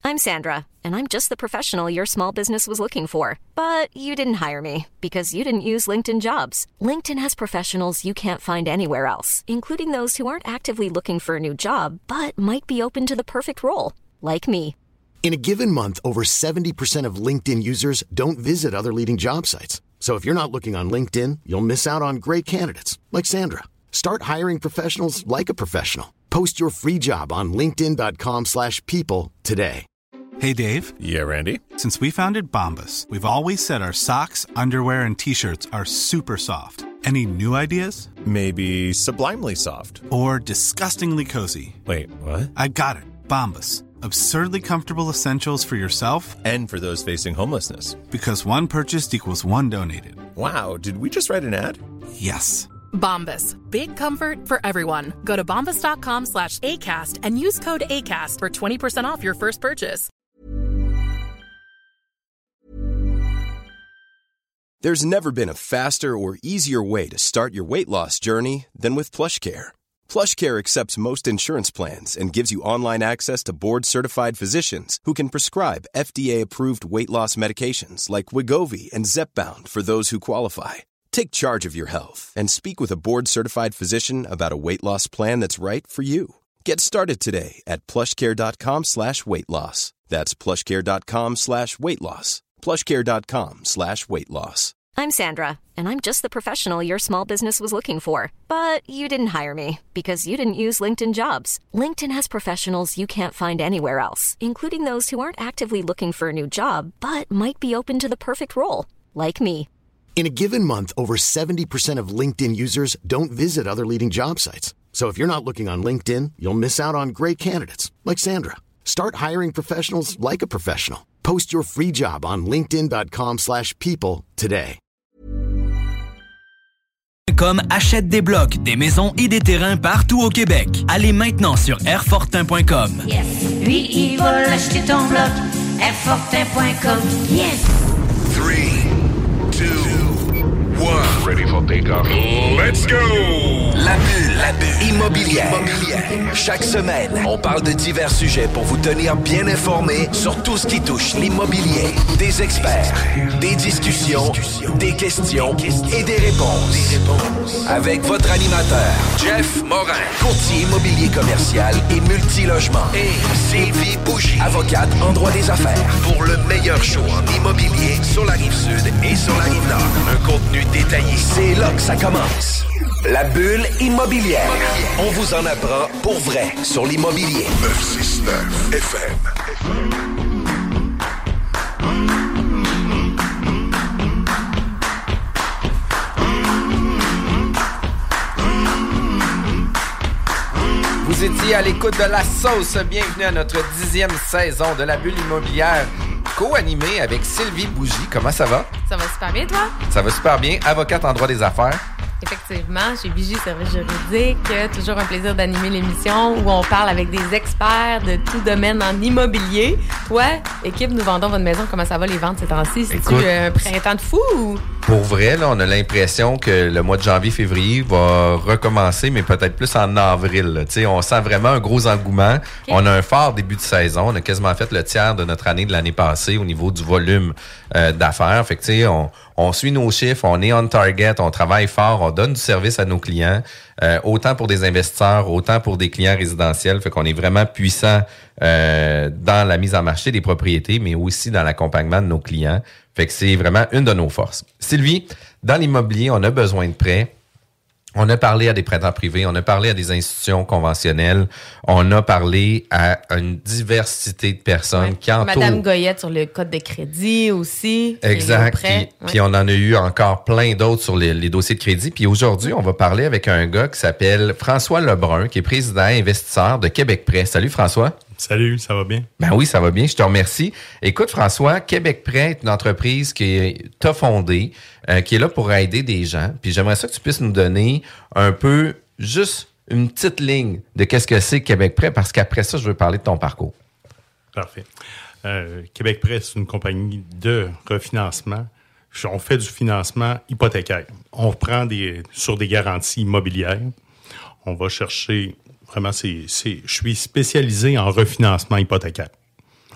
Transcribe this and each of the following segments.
I'm Sandra, and I'm just the professional your small business was looking for. But you didn't hire me because you didn't use LinkedIn Jobs. LinkedIn has professionals you can't find anywhere else, including those who aren't actively looking for a new job, but might be open to the perfect role, like me. In a given month, over 70% of LinkedIn users don't visit other leading job sites. So if you're not looking on LinkedIn, you'll miss out on great candidates like Sandra. Start hiring professionals like a professional. Post your free job on linkedin.com/people today. Hey, Dave. Yeah, Randy. Since we founded Bombas, we've always said our socks, underwear, and T-shirts are super soft. Any new ideas? Maybe sublimely soft. Or disgustingly cozy. Wait, what? I got it. Bombas. Absurdly comfortable essentials for yourself and for those facing homelessness. Because one purchased equals one donated. Wow, did we just write an ad? Yes. Bombas. Big comfort for everyone. Go to bombas.com/ACAST and use code ACAST for 20% off your first purchase. There's never been a faster or easier way to start your weight loss journey than with PlushCare. PlushCare accepts most insurance plans and gives you online access to board-certified physicians who can prescribe FDA-approved weight loss medications like Wegovy and Zepbound for those who qualify. Take charge of your health and speak with a board-certified physician about a weight loss plan that's right for you. Get started today at plushcare.com/weight loss. That's plushcare.com/weight loss. plushcare.com/weight loss. I'm Sandra, and I'm just the professional your small business was looking for. But you didn't hire me because you didn't use LinkedIn Jobs. LinkedIn has professionals you can't find anywhere else, including those who aren't actively looking for a new job, but might be open to the perfect role, like me. In a given month, over 70% of LinkedIn users don't visit other leading job sites. So if you're not looking on LinkedIn, you'll miss out on great candidates like Sandra. Start hiring professionals like a professional. Post your free job on linkedin.com/people today. Comme achète des blocs, des maisons et des terrains partout au Québec. Allez maintenant sur airfortin.com. Yes. Lui, il va l'acheter ton bloc. airfortin.com. Yes. 3, 2, 1. Ready for takeoff. Let's go! La bulle immobilière. Chaque semaine, on parle de divers sujets pour vous tenir bien informés sur tout ce qui touche l'immobilier. Des experts, des discussions, des questions et des réponses. Avec votre animateur, Jeff Morin, courtier immobilier commercial et multilogement. Et Sylvie Bougie, avocate en droit des affaires. Pour le meilleur show en immobilier sur la Rive-Sud et sur la Rive-Nord. Un contenu détaillé. C'est là que ça commence. La bulle immobilière. On vous en apprend pour vrai sur l'immobilier. 969 FM. Vous étiez à l'écoute de La Sauce. Bienvenue à notre 10e saison de la bulle immobilière, co-animée avec Sylvie Bougie. Comment ça va? Ça va super bien, toi? Ça va super bien. Avocate en droit des affaires. Effectivement, chez Vigie Services juridiques, toujours un plaisir d'animer l'émission où on parle avec des experts de tout domaine en immobilier. Toi, équipe, nous vendons votre maison. Comment ça va les ventes ces temps-ci? C'est-tu un printemps de fou ou... Pour vrai, là, on a l'impression que le mois de janvier-février va recommencer, mais peut-être plus en avril. On sent vraiment un gros engouement. Okay. On a un fort début de saison. On a quasiment fait le tiers de notre année de l'année passée au niveau du volume d'affaires. Fait que, on suit nos chiffres, on est on target, on travaille fort, on donne du service à nos clients, autant pour des investisseurs, autant pour des clients résidentiels. Fait qu'on est vraiment puissant dans la mise en marché des propriétés, mais aussi dans l'accompagnement de nos clients. Fait que c'est vraiment une de nos forces. Sylvie, dans l'immobilier, on a besoin de prêts. On a parlé à des prêteurs privés, on a parlé à des institutions conventionnelles, on a parlé à une diversité de personnes qui entourent... Madame Goyette sur le code de crédit aussi. Exact. Puis on en a eu encore plein d'autres sur les dossiers de crédit. Puis aujourd'hui, on va parler avec un gars qui s'appelle François Lebrun, qui est président investisseur de Québec Prêt. Salut François. Salut, ça va bien? Ben oui, ça va bien, je te remercie. Écoute François, Québec Prêt est une entreprise qui t'a fondée, qui est là pour aider des gens. Puis j'aimerais ça que tu puisses nous donner un peu, juste une petite ligne de qu'est-ce que c'est Québec Prêt, parce qu'après ça, je veux parler de ton parcours. Parfait. Québec Prêt, c'est une compagnie de refinancement. On fait du financement hypothécaire. On prend sur des garanties immobilières. On va chercher... Vraiment, je suis spécialisé en refinancement hypothécaire.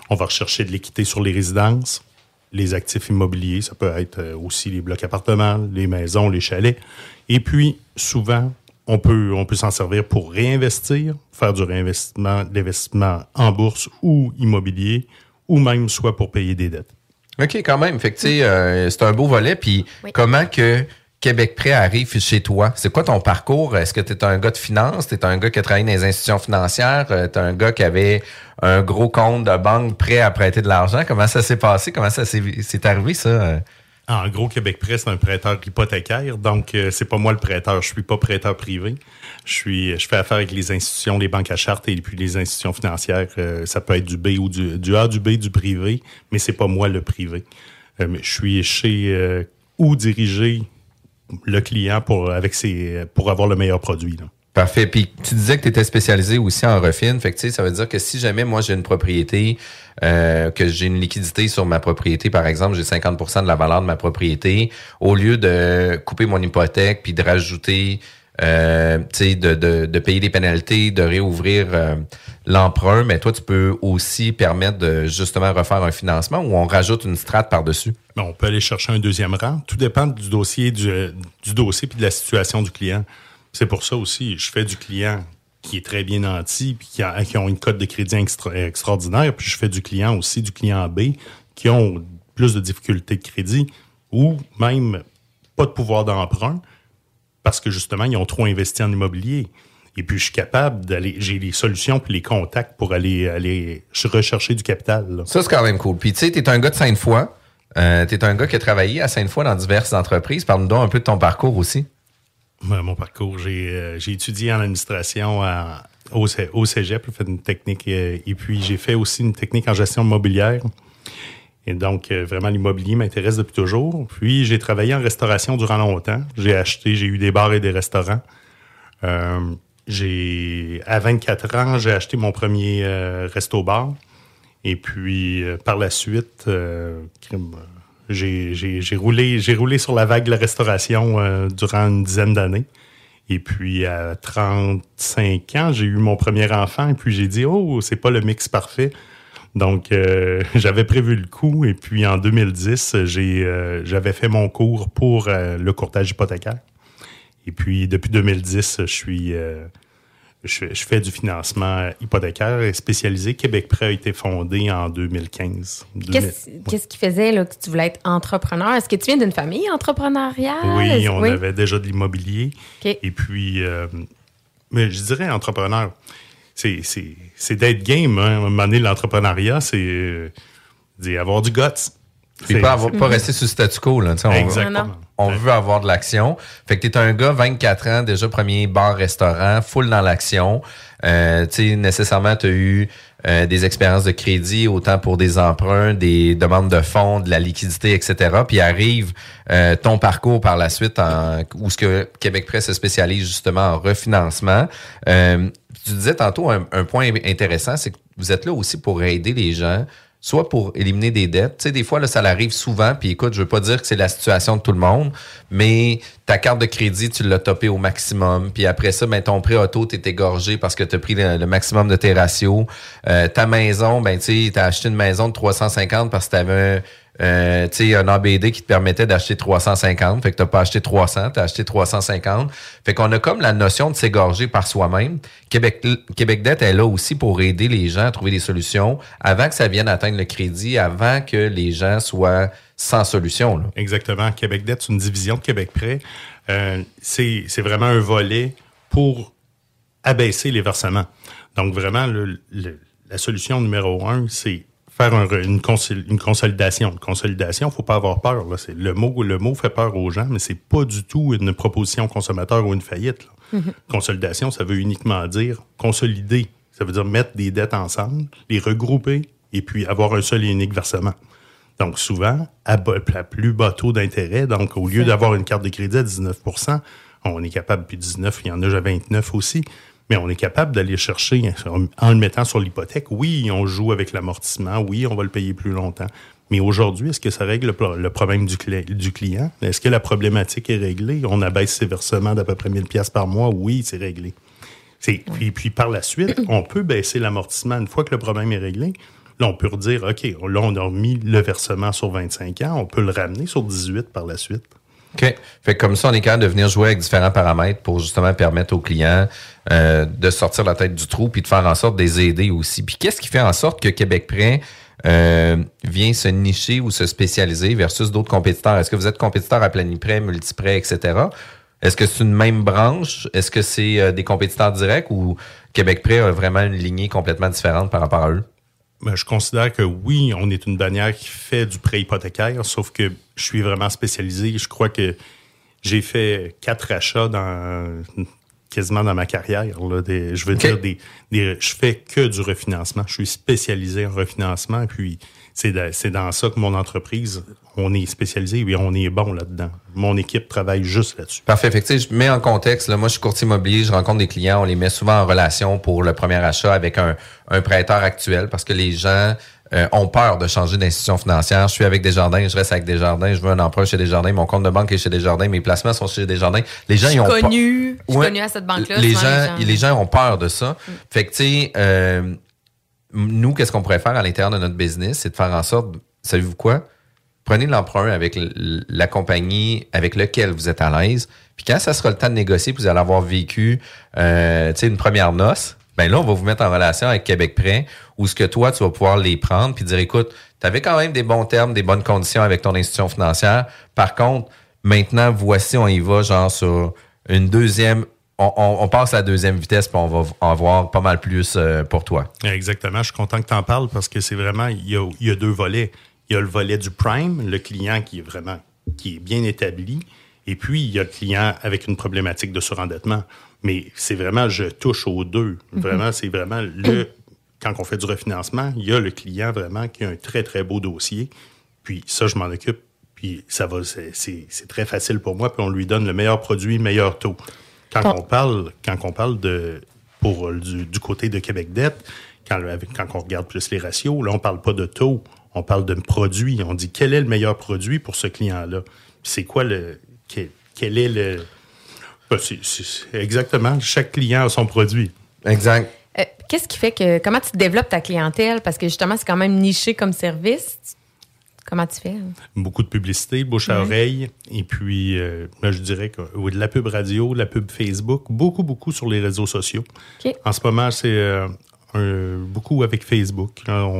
On va rechercher de l'équité sur les résidences, les actifs immobiliers. Ça peut être aussi les blocs appartements, les maisons, les chalets. Et puis, souvent, on peut s'en servir pour réinvestir, faire du réinvestissement, de l'investissement en bourse ou immobilier, ou même soit pour payer des dettes. OK, quand même. Fait que, tu sais, c'est un beau volet. Puis, comment que Québec Prêt arrive chez toi? C'est quoi ton parcours? Est-ce que tu es un gars de finance? Tu es un gars qui a travaillé dans les institutions financières? Tu es un gars qui avait un gros compte de banque prêt à prêter de l'argent? Comment ça s'est passé? Comment ça c'est arrivé, ça? En gros, Québec Prêt, c'est un prêteur hypothécaire. Donc, c'est pas moi le prêteur. Je suis pas prêteur privé. Je fais affaire avec les institutions, les banques à charte et puis les institutions financières. Ça peut être du B ou du A, du B, du privé, mais c'est pas moi le privé. Mais je suis chez ou diriger le client pour avoir le meilleur produit, là. Parfait. Puis tu disais que tu étais spécialisé aussi en refine. Fait que tu sais, ça veut dire que si jamais moi j'ai une propriété, que j'ai une liquidité sur ma propriété, par exemple, j'ai 50% de la valeur de ma propriété, au lieu de couper mon hypothèque puis de rajouter, tu sais, de payer des pénalités, de réouvrir l'emprunt, mais toi tu peux aussi permettre de justement refaire un financement ou on rajoute une strate par-dessus. On peut aller chercher un deuxième rang. Tout dépend du dossier, du dossier puis de la situation du client. C'est pour ça aussi, je fais du client qui est très bien nanti puis qui ont une cote de crédit extraordinaire, puis je fais du client aussi, du client B, qui ont plus de difficultés de crédit ou même pas de pouvoir d'emprunt parce que justement, ils ont trop investi en immobilier. Et puis, je suis capable j'ai les solutions puis les contacts pour aller rechercher du capital, là. Ça, c'est quand même cool. Puis, tu sais, t'es un gars de Sainte-Foy. T'es un gars qui a travaillé à Sainte-Foy dans diverses entreprises. Parle-nous donc un peu de ton parcours aussi. Mon parcours, j'ai étudié en administration au cégep, j'ai fait une technique et puis j'ai fait aussi une technique en gestion immobilière. Et donc, vraiment, l'immobilier m'intéresse depuis toujours. Puis, j'ai travaillé en restauration durant longtemps. J'ai eu des bars et des restaurants. À 24 ans, j'ai acheté mon premier resto-bar. Et puis, par la suite, j'ai roulé sur la vague de la restauration durant une dizaine d'années. Et puis, à 35 ans, j'ai eu mon premier enfant. Et puis, j'ai dit, c'est pas le mix parfait. Donc, j'avais prévu le coup. Et puis, en 2010, j'avais fait mon cours pour le courtage hypothécaire. Et puis, depuis 2010, je fais du financement hypothécaire spécialisé. Québec Prêt a été fondé en 2015. Qu'est-ce qui faisait là, que tu voulais être entrepreneur? Est-ce que tu viens d'une famille entrepreneuriale? Oui, on avait déjà de l'immobilier. Okay. Et puis, mais je dirais entrepreneur. C'est d'être game. Hein. À un moment donné, l'entrepreneuriat, c'est avoir du guts. Puis pas rester sur le statu quo. Là, exactement. On veut avoir de l'action. Fait que t'es un gars, 24 ans, déjà premier bar-restaurant, full dans l'action. Nécessairement, t'as eu des expériences de crédit, autant pour des emprunts, des demandes de fonds, de la liquidité, etc. Puis arrive ton parcours par la suite où ce que Québec Prêt se spécialise justement en refinancement. Tu disais tantôt un point intéressant, c'est que vous êtes là aussi pour aider les gens, soit pour éliminer des dettes. Tu sais, des fois, là, ça l'arrive souvent. Puis écoute, je veux pas dire que c'est la situation de tout le monde, mais ta carte de crédit, tu l'as topée au maximum. Puis après ça, ton prêt auto, t'es égorgé parce que tu as pris le maximum de tes ratios. Ta maison, tu sais, t'as acheté une maison de 350 parce que t'avais un ABD qui te permettait d'acheter 350. Fait que t'as pas acheté 300, t'as acheté 350. Fait qu'on a comme la notion de s'égorger par soi-même. Québec Dette est là aussi pour aider les gens à trouver des solutions avant que ça vienne atteindre le crédit, avant que les gens soient sans solution, là. Exactement. Québec Dette, c'est une division de Québec Prêt. C'est vraiment un volet pour abaisser les versements. Donc, vraiment, la solution numéro 1, c'est faire une consolidation. Une consolidation, faut pas avoir peur. Là. Le mot fait peur aux gens, mais c'est pas du tout une proposition consommateur ou une faillite, là. Mm-hmm. Consolidation, ça veut uniquement dire consolider. Ça veut dire mettre des dettes ensemble, les regrouper et puis avoir un seul et unique versement. Donc, souvent, à plus bas taux d'intérêt, donc au lieu d'avoir une carte de crédit à 19%, on est capable, puis 19, il y en a déjà 29 aussi, mais on est capable d'aller chercher, en le mettant sur l'hypothèque, oui, on joue avec l'amortissement, oui, on va le payer plus longtemps. Mais aujourd'hui, est-ce que ça règle le problème du client? Est-ce que la problématique est réglée? On abaisse ses versements d'à peu près 1000 $ par mois? Oui, c'est réglé. Et puis, par la suite, on peut baisser l'amortissement. Une fois que le problème est réglé, Là, on peut redire, OK, là, on a mis le versement sur 25 ans, on peut le ramener sur 18 par la suite. OK. Fait que comme ça, on est capable de venir jouer avec différents paramètres pour justement permettre aux clients de sortir la tête du trou puis de faire en sorte de les aider aussi. Puis qu'est-ce qui fait en sorte que Québec Prêt vient se nicher ou se spécialiser versus d'autres compétiteurs? Est-ce que vous êtes compétiteur à Planiprêt, Multiprêt, etc.? Est-ce que c'est une même branche? Est-ce que c'est des compétiteurs directs ou Québec Prêt a vraiment une lignée complètement différente par rapport à eux? Ben, je considère que oui, on est une bannière qui fait du prêt hypothécaire, sauf que je suis vraiment spécialisé. Je crois que j'ai fait 4 achats quasiment dans ma carrière. Là, je fais que du refinancement. Je suis spécialisé en refinancement, puis c'est dans ça que mon entreprise, on est spécialisé et on est bon là-dedans. Mon équipe travaille juste là-dessus. Parfait. Fait que, je mets en contexte, là, moi, je suis courtier immobilier, je rencontre des clients, on les met souvent en relation pour le premier achat avec un prêteur actuel parce que les gens ont peur de changer d'institution financière. Je suis avec Desjardins, je reste avec Desjardins, je veux un emprunt chez Desjardins, mon compte de banque est chez Desjardins, mes placements sont chez Desjardins. Les gens, je suis connu à cette banque-là. Les gens ont peur de ça. Fait que, tu sais, nous, qu'est-ce qu'on pourrait faire à l'intérieur de notre business, c'est de faire en sorte, savez-vous quoi? Prenez l'emprunt avec la compagnie avec laquelle vous êtes à l'aise. Puis quand ça sera le temps de négocier, puis vous allez avoir vécu une première noce, ben là, on va vous mettre en relation avec Québec Prêt, où ce que toi, tu vas pouvoir les prendre puis dire, écoute, tu avais quand même des bons termes, des bonnes conditions avec ton institution financière. Par contre, maintenant, voici, on y va genre sur une deuxième... On passe à la deuxième vitesse puis on va en avoir pas mal plus pour toi. Exactement. Je suis content que tu en parles parce que c'est vraiment... Il y a 2 volets. Il y a le volet du prime, le client qui est bien établi. Et puis, il y a le client avec une problématique de surendettement. Mais c'est vraiment, je touche aux 2. Vraiment, c'est vraiment quand on fait du refinancement, il y a le client vraiment qui a un très, très beau dossier. Puis ça, je m'en occupe. Puis ça va, c'est très facile pour moi. Puis on lui donne le meilleur produit, meilleur taux. Quand on parle du côté de Québec Dette, quand on regarde plus les ratios, là, on parle pas de taux, on parle de produit. On dit quel est le meilleur produit pour ce client-là. Puis c'est quoi quel est le... C'est exactement, chaque client a son produit. Exact. Qu'est-ce qui fait que... Comment tu développes ta clientèle? Parce que justement, c'est quand même niché comme service. Comment tu fais? Beaucoup de publicité, bouche à oreille. Et puis, je dirais que de la pub radio, la pub Facebook, beaucoup sur les réseaux sociaux. Okay. En ce moment, c'est beaucoup avec Facebook.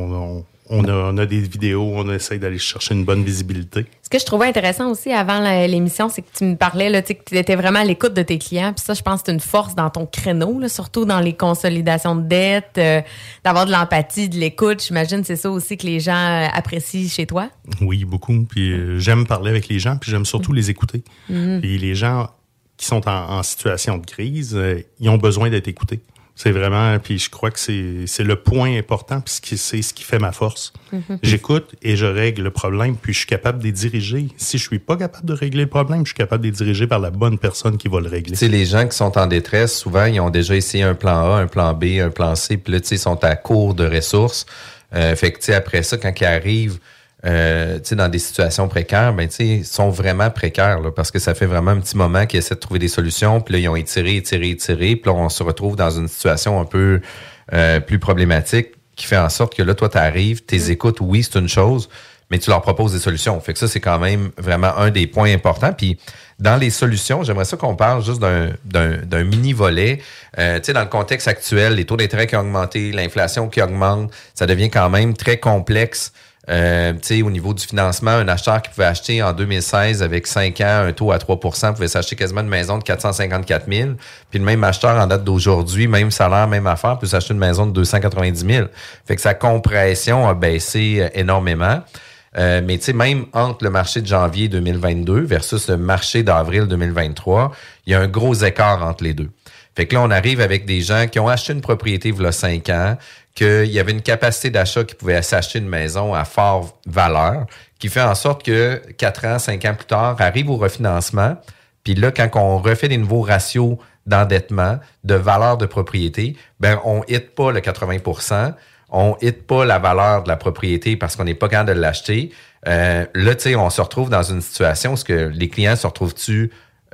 On a des vidéos, on essaie d'aller chercher une bonne visibilité. Ce que je trouvais intéressant aussi avant l'émission, c'est que tu me parlais là, que tu étais vraiment à l'écoute de tes clients. Puis ça, je pense que c'est une force dans ton créneau, là, surtout dans les consolidations de dettes, d'avoir de l'empathie, de l'écoute. J'imagine que c'est ça aussi que les gens apprécient chez toi. Oui, beaucoup. Puis j'aime parler avec les gens, puis j'aime surtout les écouter. Puis les gens qui sont en situation de crise, ils ont besoin d'être écoutés. C'est vraiment, puis je crois que c'est le point important, puis c'est ce qui fait ma force. J'écoute et je règle le problème, puis je suis capable de les diriger. Si je suis pas capable de régler le problème, je suis capable de les diriger vers la bonne personne qui va le régler. Tu sais, les gens qui sont en détresse, souvent, ils ont déjà essayé un plan A, un plan B, un plan C, puis là, tu sais, ils sont à court de ressources. Fait que, tu sais, après ça, quand ils arrivent, tu sais, dans des situations précaires, ben, tu sais, ils sont vraiment précaires, là, parce que ça fait vraiment un petit moment qu'ils essaient de trouver des solutions, puis là, ils ont étiré, puis là, on se retrouve dans une situation un peu plus problématique qui fait en sorte que là, toi, tu arrives, tes écoutes, oui, c'est une chose, mais tu leur proposes des solutions. Fait que ça, c'est quand même vraiment un des points importants. Puis, dans les solutions, j'aimerais ça qu'on parle juste d'un mini-volet. Tu sais, dans le contexte actuel, les taux d'intérêt qui ont augmenté, l'inflation qui augmente, ça devient quand même très complexe. Tu sais, au niveau du financement, un acheteur qui pouvait acheter en 2016 avec 5 ans un taux à 3% pouvait s'acheter quasiment une maison de 454 000. Puis le même acheteur en date d'aujourd'hui, même salaire, même affaire, peut s'acheter une maison de 290 000. Fait que sa compression a baissé énormément. Mais tu sais, même entre le marché de janvier 2022 versus le marché d'avril 2023, il y a un gros écart entre les deux. Fait que là, on arrive avec des gens qui ont acheté une propriété il y a 5 ans, qu'il y avait une capacité d'achat qui pouvait s'acheter une maison à fort valeur, qui fait en sorte que 4 ans, 5 ans plus tard, arrive au refinancement. Puis là, quand on refait des nouveaux ratios d'endettement, de valeur de propriété, ben on hit pas le 80%, on hit pas la valeur de la propriété parce qu'on n'est pas capable de l'acheter. Là, tu sais, on se retrouve dans une situation où que les clients se retrouvent-tu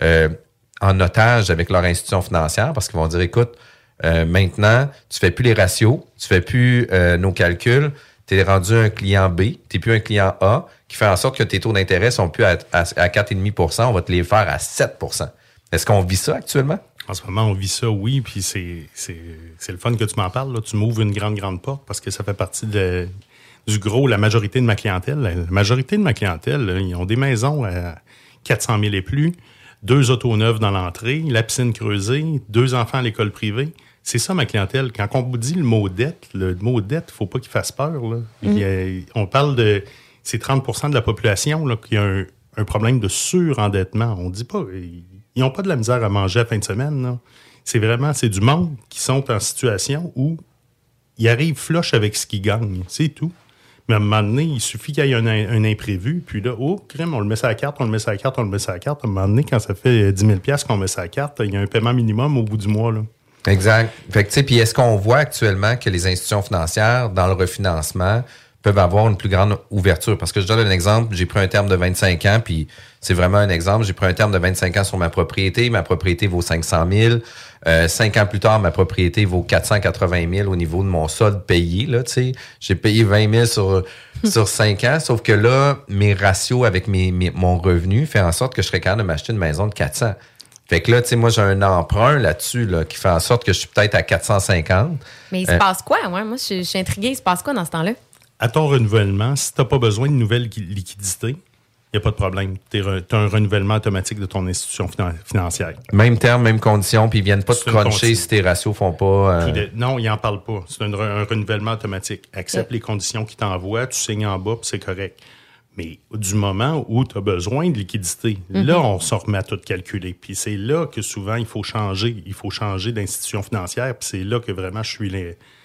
en otage avec leur institution financière parce qu'ils vont dire, écoute, maintenant, tu fais plus les ratios, tu fais plus nos calculs, tu es rendu un client B, tu n'es plus un client A, qui fait en sorte que tes taux d'intérêt sont plus à 4,5 %, on va te les faire à 7 %. Est-ce qu'on vit ça actuellement? En ce moment, on vit ça, oui, puis c'est le fun que tu m'en parles. Là. Tu m'ouvres une grande porte parce que ça fait partie du gros, la majorité de ma clientèle. La majorité de ma clientèle, là, ils ont des maisons à 400 000 et plus, 2 autos neuves dans l'entrée, la piscine creusée, 2 enfants à l'école privée. C'est ça, ma clientèle. Quand on vous dit le mot dette, il ne faut pas qu'il fasse peur. Là. On parle de... C'est 30 % de la population là, qui a un problème de surendettement. On ne dit pas... Ils n'ont pas de la misère à manger à la fin de semaine. Là. C'est du monde qui sont en situation où ils arrivent flush avec ce qu'ils gagnent. C'est tout. Mais à un moment donné, il suffit qu'il y ait un imprévu. Puis là, crème, on le met sur la carte, on le met sur la carte, on le met sur la carte. À un moment donné, quand ça fait 10 000 $ qu'on met sur la carte, il y a un paiement minimum au bout du mois. Là. Exact. Fait que, puis est-ce qu'on voit actuellement que les institutions financières, dans le refinancement, peuvent avoir une plus grande ouverture? Parce que je donne un exemple, j'ai pris un terme de 25 ans, puis c'est vraiment un exemple. J'ai pris un terme de 25 ans sur ma propriété vaut 500 000. 5 ans plus tard, ma propriété vaut 480 000 au niveau de mon solde payé. Là, j'ai payé 20 000 sur 5 ans, sauf que là, mes ratios avec mon revenu fait en sorte que je serais capable de m'acheter une maison de 400. Fait que là, moi, j'ai un emprunt là-dessus là, qui fait en sorte que je suis peut-être à 450. Mais il se passe quoi? Ouais, moi, je suis intriguée. Il se passe quoi dans ce temps-là? À ton renouvellement, si tu n'as pas besoin de nouvelles liquidités, il n'y a pas de problème. Tu as un renouvellement automatique de ton institution financière. Même terme, même condition, puis ils ne viennent pas te cruncher si tes ratios font pas... Non, ils n'en parlent pas. C'est un renouvellement automatique. Accepte les conditions qu'ils t'envoient, tu signes en bas, puis c'est correct. Mais du moment où tu as besoin de liquidité, là, on s'en remet à tout calculer. Puis c'est là que souvent, il faut changer. Il faut changer d'institution financière, puis c'est là que vraiment je suis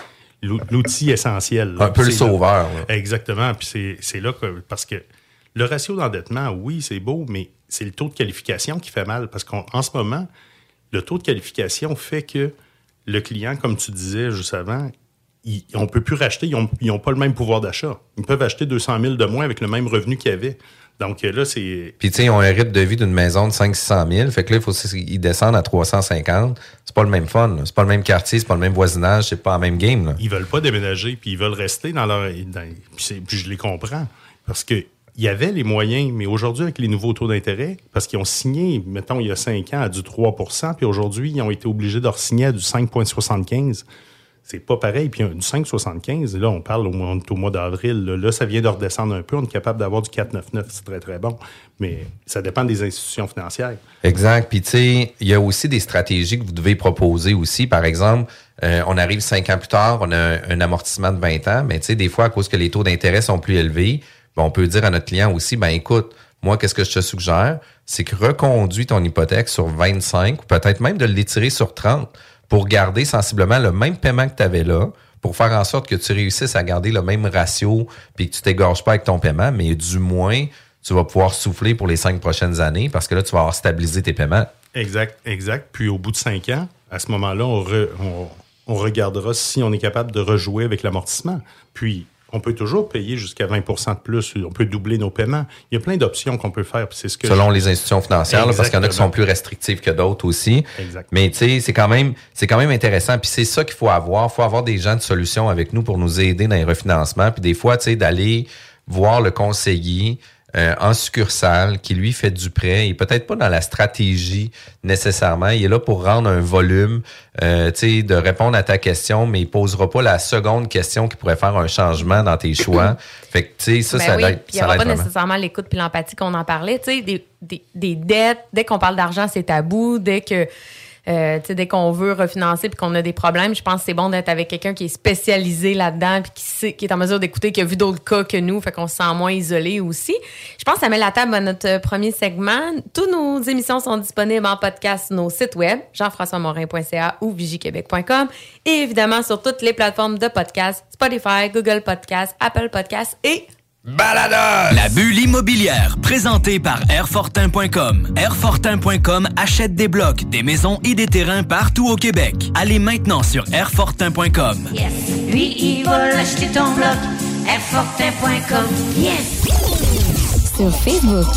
l'outil essentiel. Là. Un peu le sauveur. Là. Exactement. Puis c'est là que... Parce que le ratio d'endettement, oui, c'est beau, mais c'est le taux de qualification qui fait mal. Parce qu'en ce moment, le taux de qualification fait que le client, comme tu disais juste avant, on ne peut plus racheter. Ils n'ont pas le même pouvoir d'achat. Ils peuvent acheter 200 000 de moins avec le même revenu qu'ils avaient. Donc là, c'est... Puis, tu sais, ils ont un rythme de vie d'une maison de 500 000. Fait que là, il faut qu'ils descendent à 350. C'est pas le même fun. Là. C'est pas le même quartier, c'est pas le même voisinage, c'est pas la même game. Là. Ils veulent pas déménager, puis ils veulent rester dans leur... Puis je les comprends. Parce que il y avait les moyens, mais aujourd'hui, avec les nouveaux taux d'intérêt, parce qu'ils ont signé, mettons, il y a 5 ans, à du 3 % puis aujourd'hui, ils ont été obligés de re-signer à du 5,75 %. C'est pas pareil. Puis du 5,75, là, on parle au mois d'avril. Là, ça vient de redescendre un peu. On est capable d'avoir du 4,99. C'est très, très bon. Mais ça dépend des institutions financières. Exact. Puis, tu sais, il y a aussi des stratégies que vous devez proposer aussi. Par exemple, on arrive 5 ans plus tard, on a un amortissement de 20 ans. Mais, tu sais, des fois, à cause que les taux d'intérêt sont plus élevés, on peut dire à notre client aussi, écoute, moi, qu'est-ce que je te suggère? C'est que reconduis ton hypothèque sur 25 ou peut-être même de l'étirer sur 30 pour garder sensiblement le même paiement que tu avais là, pour faire en sorte que tu réussisses à garder le même ratio puis que tu t'égorges pas avec ton paiement, mais du moins, tu vas pouvoir souffler pour les 5 prochaines années parce que là, tu vas avoir stabilisé tes paiements. Exact. Puis au bout de 5 ans, à ce moment-là, on regardera si on est capable de rejouer avec l'amortissement. Puis, on peut toujours payer jusqu'à 20 % de plus. On peut doubler nos paiements. Il y a plein d'options qu'on peut faire. Puis c'est ce que selon les institutions financières, là, parce qu'il y en a qui sont plus restrictives que d'autres aussi. Exactement. Mais tu sais, c'est quand même intéressant. Puis c'est ça qu'il faut avoir. Il faut avoir des gens de solutions avec nous pour nous aider dans les refinancements. Puis des fois, tu sais, d'aller voir le conseiller en succursale qui, lui, fait du prêt. Il est peut-être pas dans la stratégie nécessairement. Il est là pour rendre un volume, tu sais, de répondre à ta question, mais il posera pas la seconde question qui pourrait faire un changement dans tes choix. Fait que, tu sais, ça l'aide. Il n'y aura pas nécessairement l'écoute puis l'empathie qu'on en parlait. Tu sais, des dettes, dès qu'on parle d'argent, c'est tabou. Dès dès qu'on veut refinancer puis qu'on a des problèmes, je pense que c'est bon d'être avec quelqu'un qui est spécialisé là-dedans puis qui est en mesure d'écouter, qui a vu d'autres cas que nous, fait qu'on se sent moins isolé aussi. Je pense que ça met la table à notre premier segment. Toutes nos émissions sont disponibles en podcast sur nos sites web, jean-françois-morin.ca ou vigiequebec.com et évidemment sur toutes les plateformes de podcast, Spotify, Google Podcast, Apple Podcast et... Balados! La bulle immobilière, présentée par Airfortin.com. Airfortin.com achète des blocs, des maisons et des terrains partout au Québec. Allez maintenant sur Airfortin.com. Yes. Lui, il va acheter ton bloc. Airfortin.com. Yes! Sur Facebook.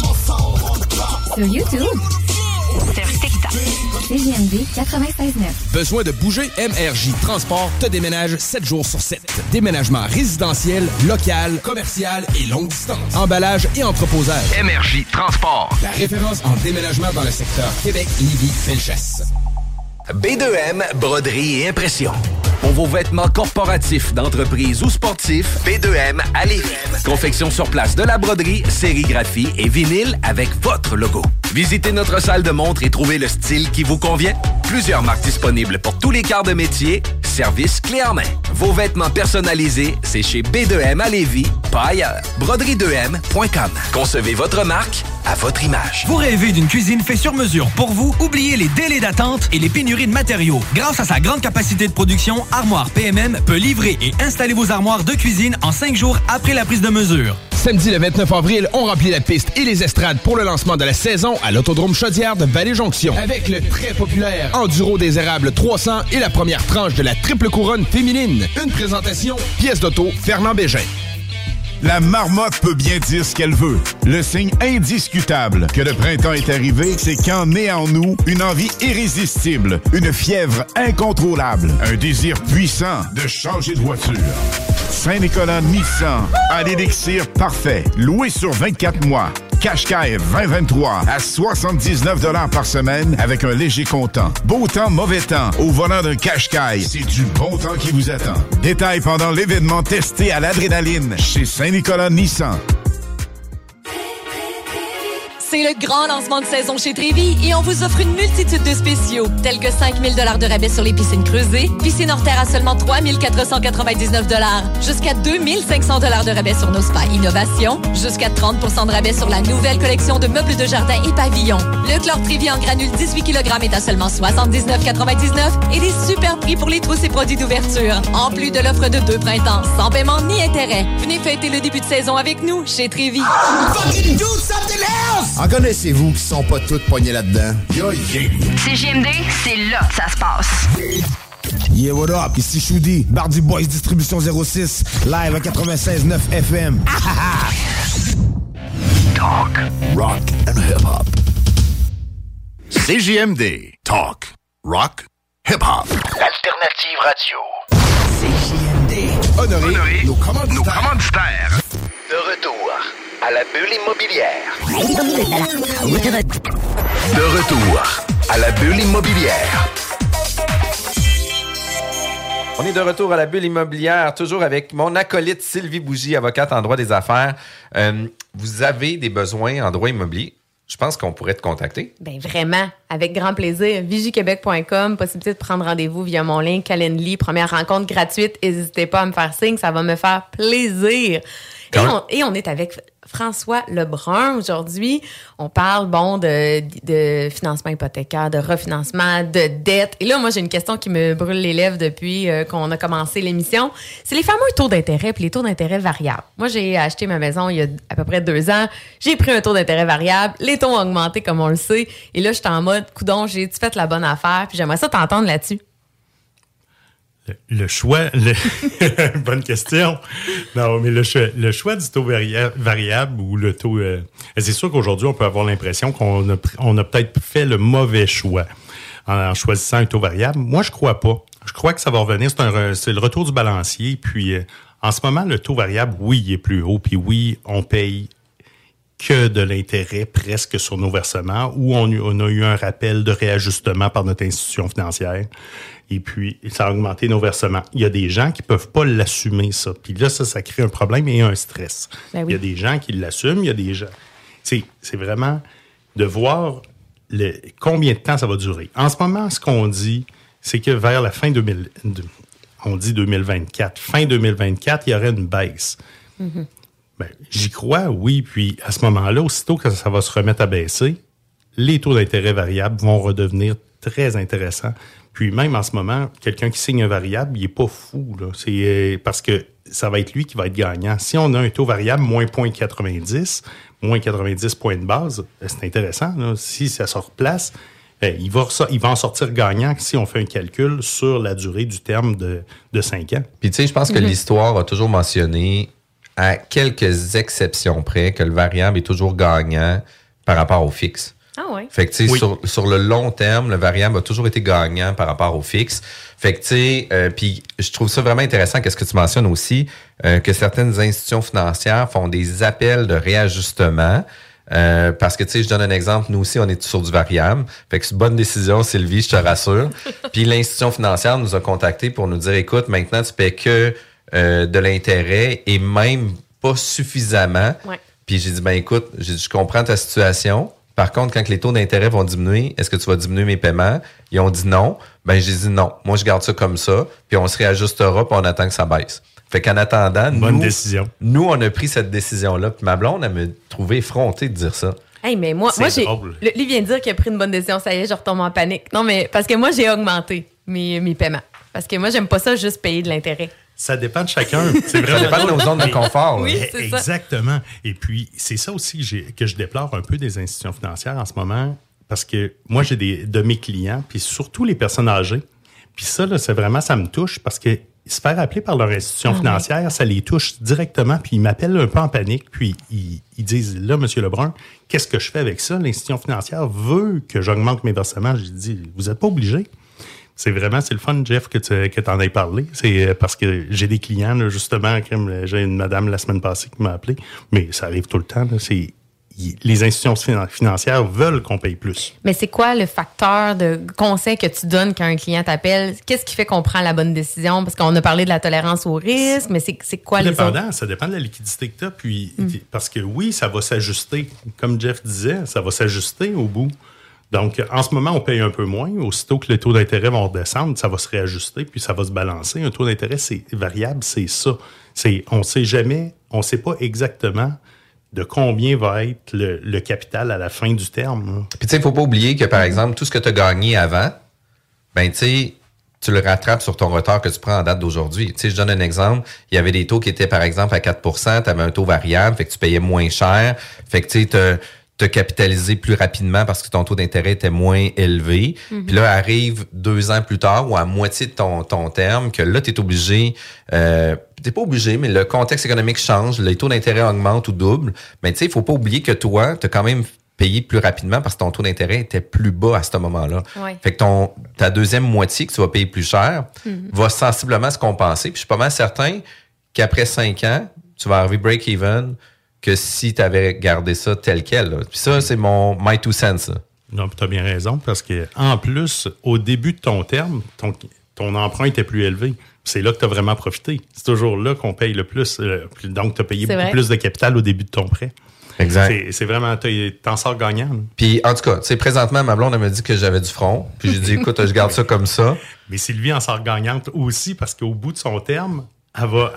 Sur YouTube. Sur TikTok. CJMD 96.9. Besoin de bouger? MRJ Transport te déménage 7 jours sur 7. Déménagement résidentiel, local, commercial et longue distance. Emballage et entreposage. Énergie Transport. La référence en déménagement dans le secteur Québec-Lévis-Felchasse. B2M, broderie et impression. Pour vos vêtements corporatifs, d'entreprise ou sportifs, B2M à Lévis. Confection sur place de la broderie, sérigraphie et vinyle avec votre logo. Visitez notre salle de montre et trouvez le style qui vous convient. Plusieurs marques disponibles pour tous les quarts de métier. Service clé en main. Vos vêtements personnalisés, c'est chez B2M à Lévis, pas ailleurs. Broderie2M.com. Concevez votre marque à votre image. Vous rêvez d'une cuisine faite sur mesure pour vous? Oubliez les délais d'attente et les pénuries de matériaux. Grâce à sa grande capacité de production, Armoire PMM peut livrer et installer vos armoires de cuisine en 5 jours après la prise de mesure. Samedi le 29 avril, on remplit la piste et les estrades pour le lancement de la saison à l'Autodrome Chaudière de Vallée-Jonction. Avec le très populaire Enduro des Érables 300 et la première tranche de la triple couronne féminine. Une présentation, pièce d'auto, Fernand Bégin. La marmotte peut bien dire ce qu'elle veut. Le signe indiscutable que le printemps est arrivé, c'est qu'en naît en nous une envie irrésistible, une fièvre incontrôlable, un désir puissant de changer de voiture. Saint-Nicolas Nissan a l'élixir parfait, loué sur 24 mois. Qashqai 2023 à 79 $ par semaine avec un léger comptant. Beau temps, mauvais temps. Au volant d'un Qashqai, c'est du bon temps qui vous attend. Détails pendant l'événement testé à l'adrénaline chez Saint-Nicolas Nissan. C'est le grand lancement de saison chez Trévi et on vous offre une multitude de spéciaux, tels que 5 000 $ de rabais sur les piscines creusées, piscine hors terre à seulement 3 499 $, jusqu'à 2 500 $ de rabais sur nos spas innovation, jusqu'à 30 % de rabais sur la nouvelle collection de meubles de jardin et pavillons. Le chlore Trévi en granule 18 kg est à seulement 79,99 et des super prix pour les trousses et produits d'ouverture. En plus de l'offre de 2 printemps, sans paiement ni intérêt. Venez fêter le début de saison avec nous chez Trévi. Fucking do something else! En connaissez-vous qui sont pas toutes poignées là-dedans? Yo, yeah. CJMD, c'est là que ça se passe. Yeah, what up? Ici Choudi, Bardi Boys Distribution 06, live à 96.9 FM. Talk, rock and hip-hop. CJMD. Talk, rock, hip-hop. L'alternative radio. CJMD. Honoré nos commanditaires. De retour à la bulle immobilière. De retour à la bulle immobilière. On est de retour à la bulle immobilière, toujours avec mon acolyte Sylvie Bougie, avocate en droit des affaires. Vous avez des besoins en droit immobilier? Je pense qu'on pourrait te contacter. Bien, vraiment, avec grand plaisir. Vigiquebec.com, possibilité de prendre rendez-vous via mon lien Calendly, première rencontre gratuite. N'hésitez pas à me faire signe, ça va me faire plaisir. Et on est avec François Lebrun aujourd'hui. On parle, de financement hypothécaire, de refinancement, de dette. Et là, moi, j'ai une question qui me brûle les lèvres depuis qu'on a commencé l'émission. C'est les fameux taux d'intérêt puis les taux d'intérêt variables. Moi, j'ai acheté ma maison il y a à peu près 2 ans. J'ai pris un taux d'intérêt variable. Les taux ont augmenté, comme on le sait. Et là, j'étais en mode, coudonc, j'ai-tu fait la bonne affaire? Puis j'aimerais ça t'entendre là-dessus. Le choix... Bonne question. Non, mais le choix du taux variable ou le taux... c'est sûr qu'aujourd'hui, on peut avoir l'impression qu'on a peut-être fait le mauvais choix en choisissant un taux variable. Moi, je crois pas. Je crois que ça va revenir. C'est le retour du balancier. Puis, en ce moment, le taux variable, oui, il est plus haut. Puis oui, on paye que de l'intérêt presque sur nos versements ou on a eu un rappel de réajustement par notre institution financière. Et puis, ça a augmenté nos versements. Il y a des gens qui peuvent pas l'assumer, ça. Puis là, ça crée un problème et un stress. Ben oui. Il y a des gens qui l'assument, il y a des gens... C'est vraiment de voir combien de temps ça va durer. En ce moment, ce qu'on dit, c'est que vers la fin 2024, fin 2024, il y aurait une baisse. Mm-hmm. Ben, j'y crois, oui. Puis à ce moment-là, aussitôt que ça va se remettre à baisser, les taux d'intérêt variables vont redevenir très intéressants. Puis même en ce moment, quelqu'un qui signe un variable, il n'est pas fou, là. C'est parce que ça va être lui qui va être gagnant. Si on a un taux variable moins 0,90, moins 90 points de base, c'est intéressant, là. Si ça se replace, il va en sortir gagnant si on fait un calcul sur la durée du terme de 5 ans. Puis tu sais, je pense que l'histoire a toujours mentionné, à quelques exceptions près, que le variable est toujours gagnant par rapport au fixe. Ah ouais. Fait que, tu sais, sur le long terme, le variable a toujours été gagnant par rapport au fixe. Fait que, tu sais, puis je trouve ça vraiment intéressant, qu'est-ce que tu mentionnes aussi, que certaines institutions financières font des appels de réajustement. Parce que, tu sais, je donne un exemple, nous aussi, on est sur du variable. Fait que c'est une bonne décision, Sylvie, je te rassure. Puis l'institution financière nous a contactés pour nous dire, écoute, maintenant, tu paies que de l'intérêt et même pas suffisamment. Ouais. Puis j'ai dit, ben écoute, je comprends ta situation. Par contre, quand les taux d'intérêt vont diminuer, est-ce que tu vas diminuer mes paiements? Ils ont dit non. Ben j'ai dit non. Moi, je garde ça comme ça. Puis on se réajustera puis on attend que ça baisse. Fait qu'en attendant, nous, on a pris cette décision-là. Puis ma blonde, elle me trouvait effrontée de dire ça. Hey, mais moi j'ai. Lui vient de dire qu'il a pris une bonne décision. Ça y est, je retombe en panique. Non, mais parce que moi, j'ai augmenté mes paiements. Parce que moi, j'aime pas ça juste payer de l'intérêt. Ça dépend de chacun. C'est vraiment ça dépend de nos zones de confort. Oui, c'est exactement. Ça. Et puis, c'est ça aussi que je déplore un peu des institutions financières en ce moment. Parce que moi, j'ai de mes clients, puis surtout les personnes âgées. Puis ça, là, c'est vraiment, ça me touche parce que se faire appeler par leur institution financière, ça les touche directement. Puis ils m'appellent un peu en panique. Puis ils disent, là, M. Lebrun, qu'est-ce que je fais avec ça? L'institution financière veut que j'augmente mes versements. J'ai dit, vous n'êtes pas obligé. C'est le fun, Jeff, que tu en aies parlé. C'est parce que j'ai des clients, là, justement, j'ai une madame la semaine passée qui m'a appelé, mais ça arrive tout le temps. Là, les institutions financières veulent qu'on paye plus. Mais c'est quoi le facteur de conseil que tu donnes quand un client t'appelle? Qu'est-ce qui fait qu'on prend la bonne décision? Parce qu'on a parlé de la tolérance au risque, mais c'est quoi les autres? Ça dépend de la liquidité que tu as. Puis, parce que oui, ça va s'ajuster. Comme Jeff disait, ça va s'ajuster au bout. Donc, en ce moment, on paye un peu moins. Aussitôt que les taux d'intérêt vont redescendre, ça va se réajuster, puis ça va se balancer. Un taux d'intérêt, c'est variable, c'est ça. On sait jamais, on sait pas exactement de combien va être le capital à la fin du terme. Puis, tu sais, il faut pas oublier que, par exemple, tout ce que tu as gagné avant, ben, tu sais, tu le rattrapes sur ton retard que tu prends en date d'aujourd'hui. Tu sais, je donne un exemple. Il y avait des taux qui étaient, par exemple, à 4 %. Tu avais un taux variable, fait que tu payais moins cher. Fait que, tu sais, te capitaliser plus rapidement parce que ton taux d'intérêt était moins élevé. Mm-hmm. Puis là, arrive 2 ans plus tard ou à moitié de ton terme que là, tu es obligé, t'es pas obligé, mais le contexte économique change, les taux d'intérêt augmentent ou doublent. Mais tu sais, il faut pas oublier que toi, tu as quand même payé plus rapidement parce que ton taux d'intérêt était plus bas à ce moment-là. Ouais. Fait que ta deuxième moitié que tu vas payer plus cher va sensiblement se compenser. Puis je suis pas mal certain qu'après 5 ans, tu vas arriver break-even que si tu avais gardé ça tel quel. Là. Puis ça, c'est mon my two cents. Là. Non, tu as bien raison, parce que en plus, au début de ton terme, ton emprunt était plus élevé. C'est là que tu as vraiment profité. C'est toujours là qu'on paye le plus. Donc, tu as payé beaucoup plus de capital au début de ton prêt. Exact. C'est vraiment, t'en sors gagnant. Là. Puis, en tout cas, tu sais, présentement, ma blonde, elle me dit que j'avais du front. Puis, j'ai dit, écoute, je garde ça comme ça. Mais Sylvie en sort gagnante aussi, parce qu'au bout de son terme, elle va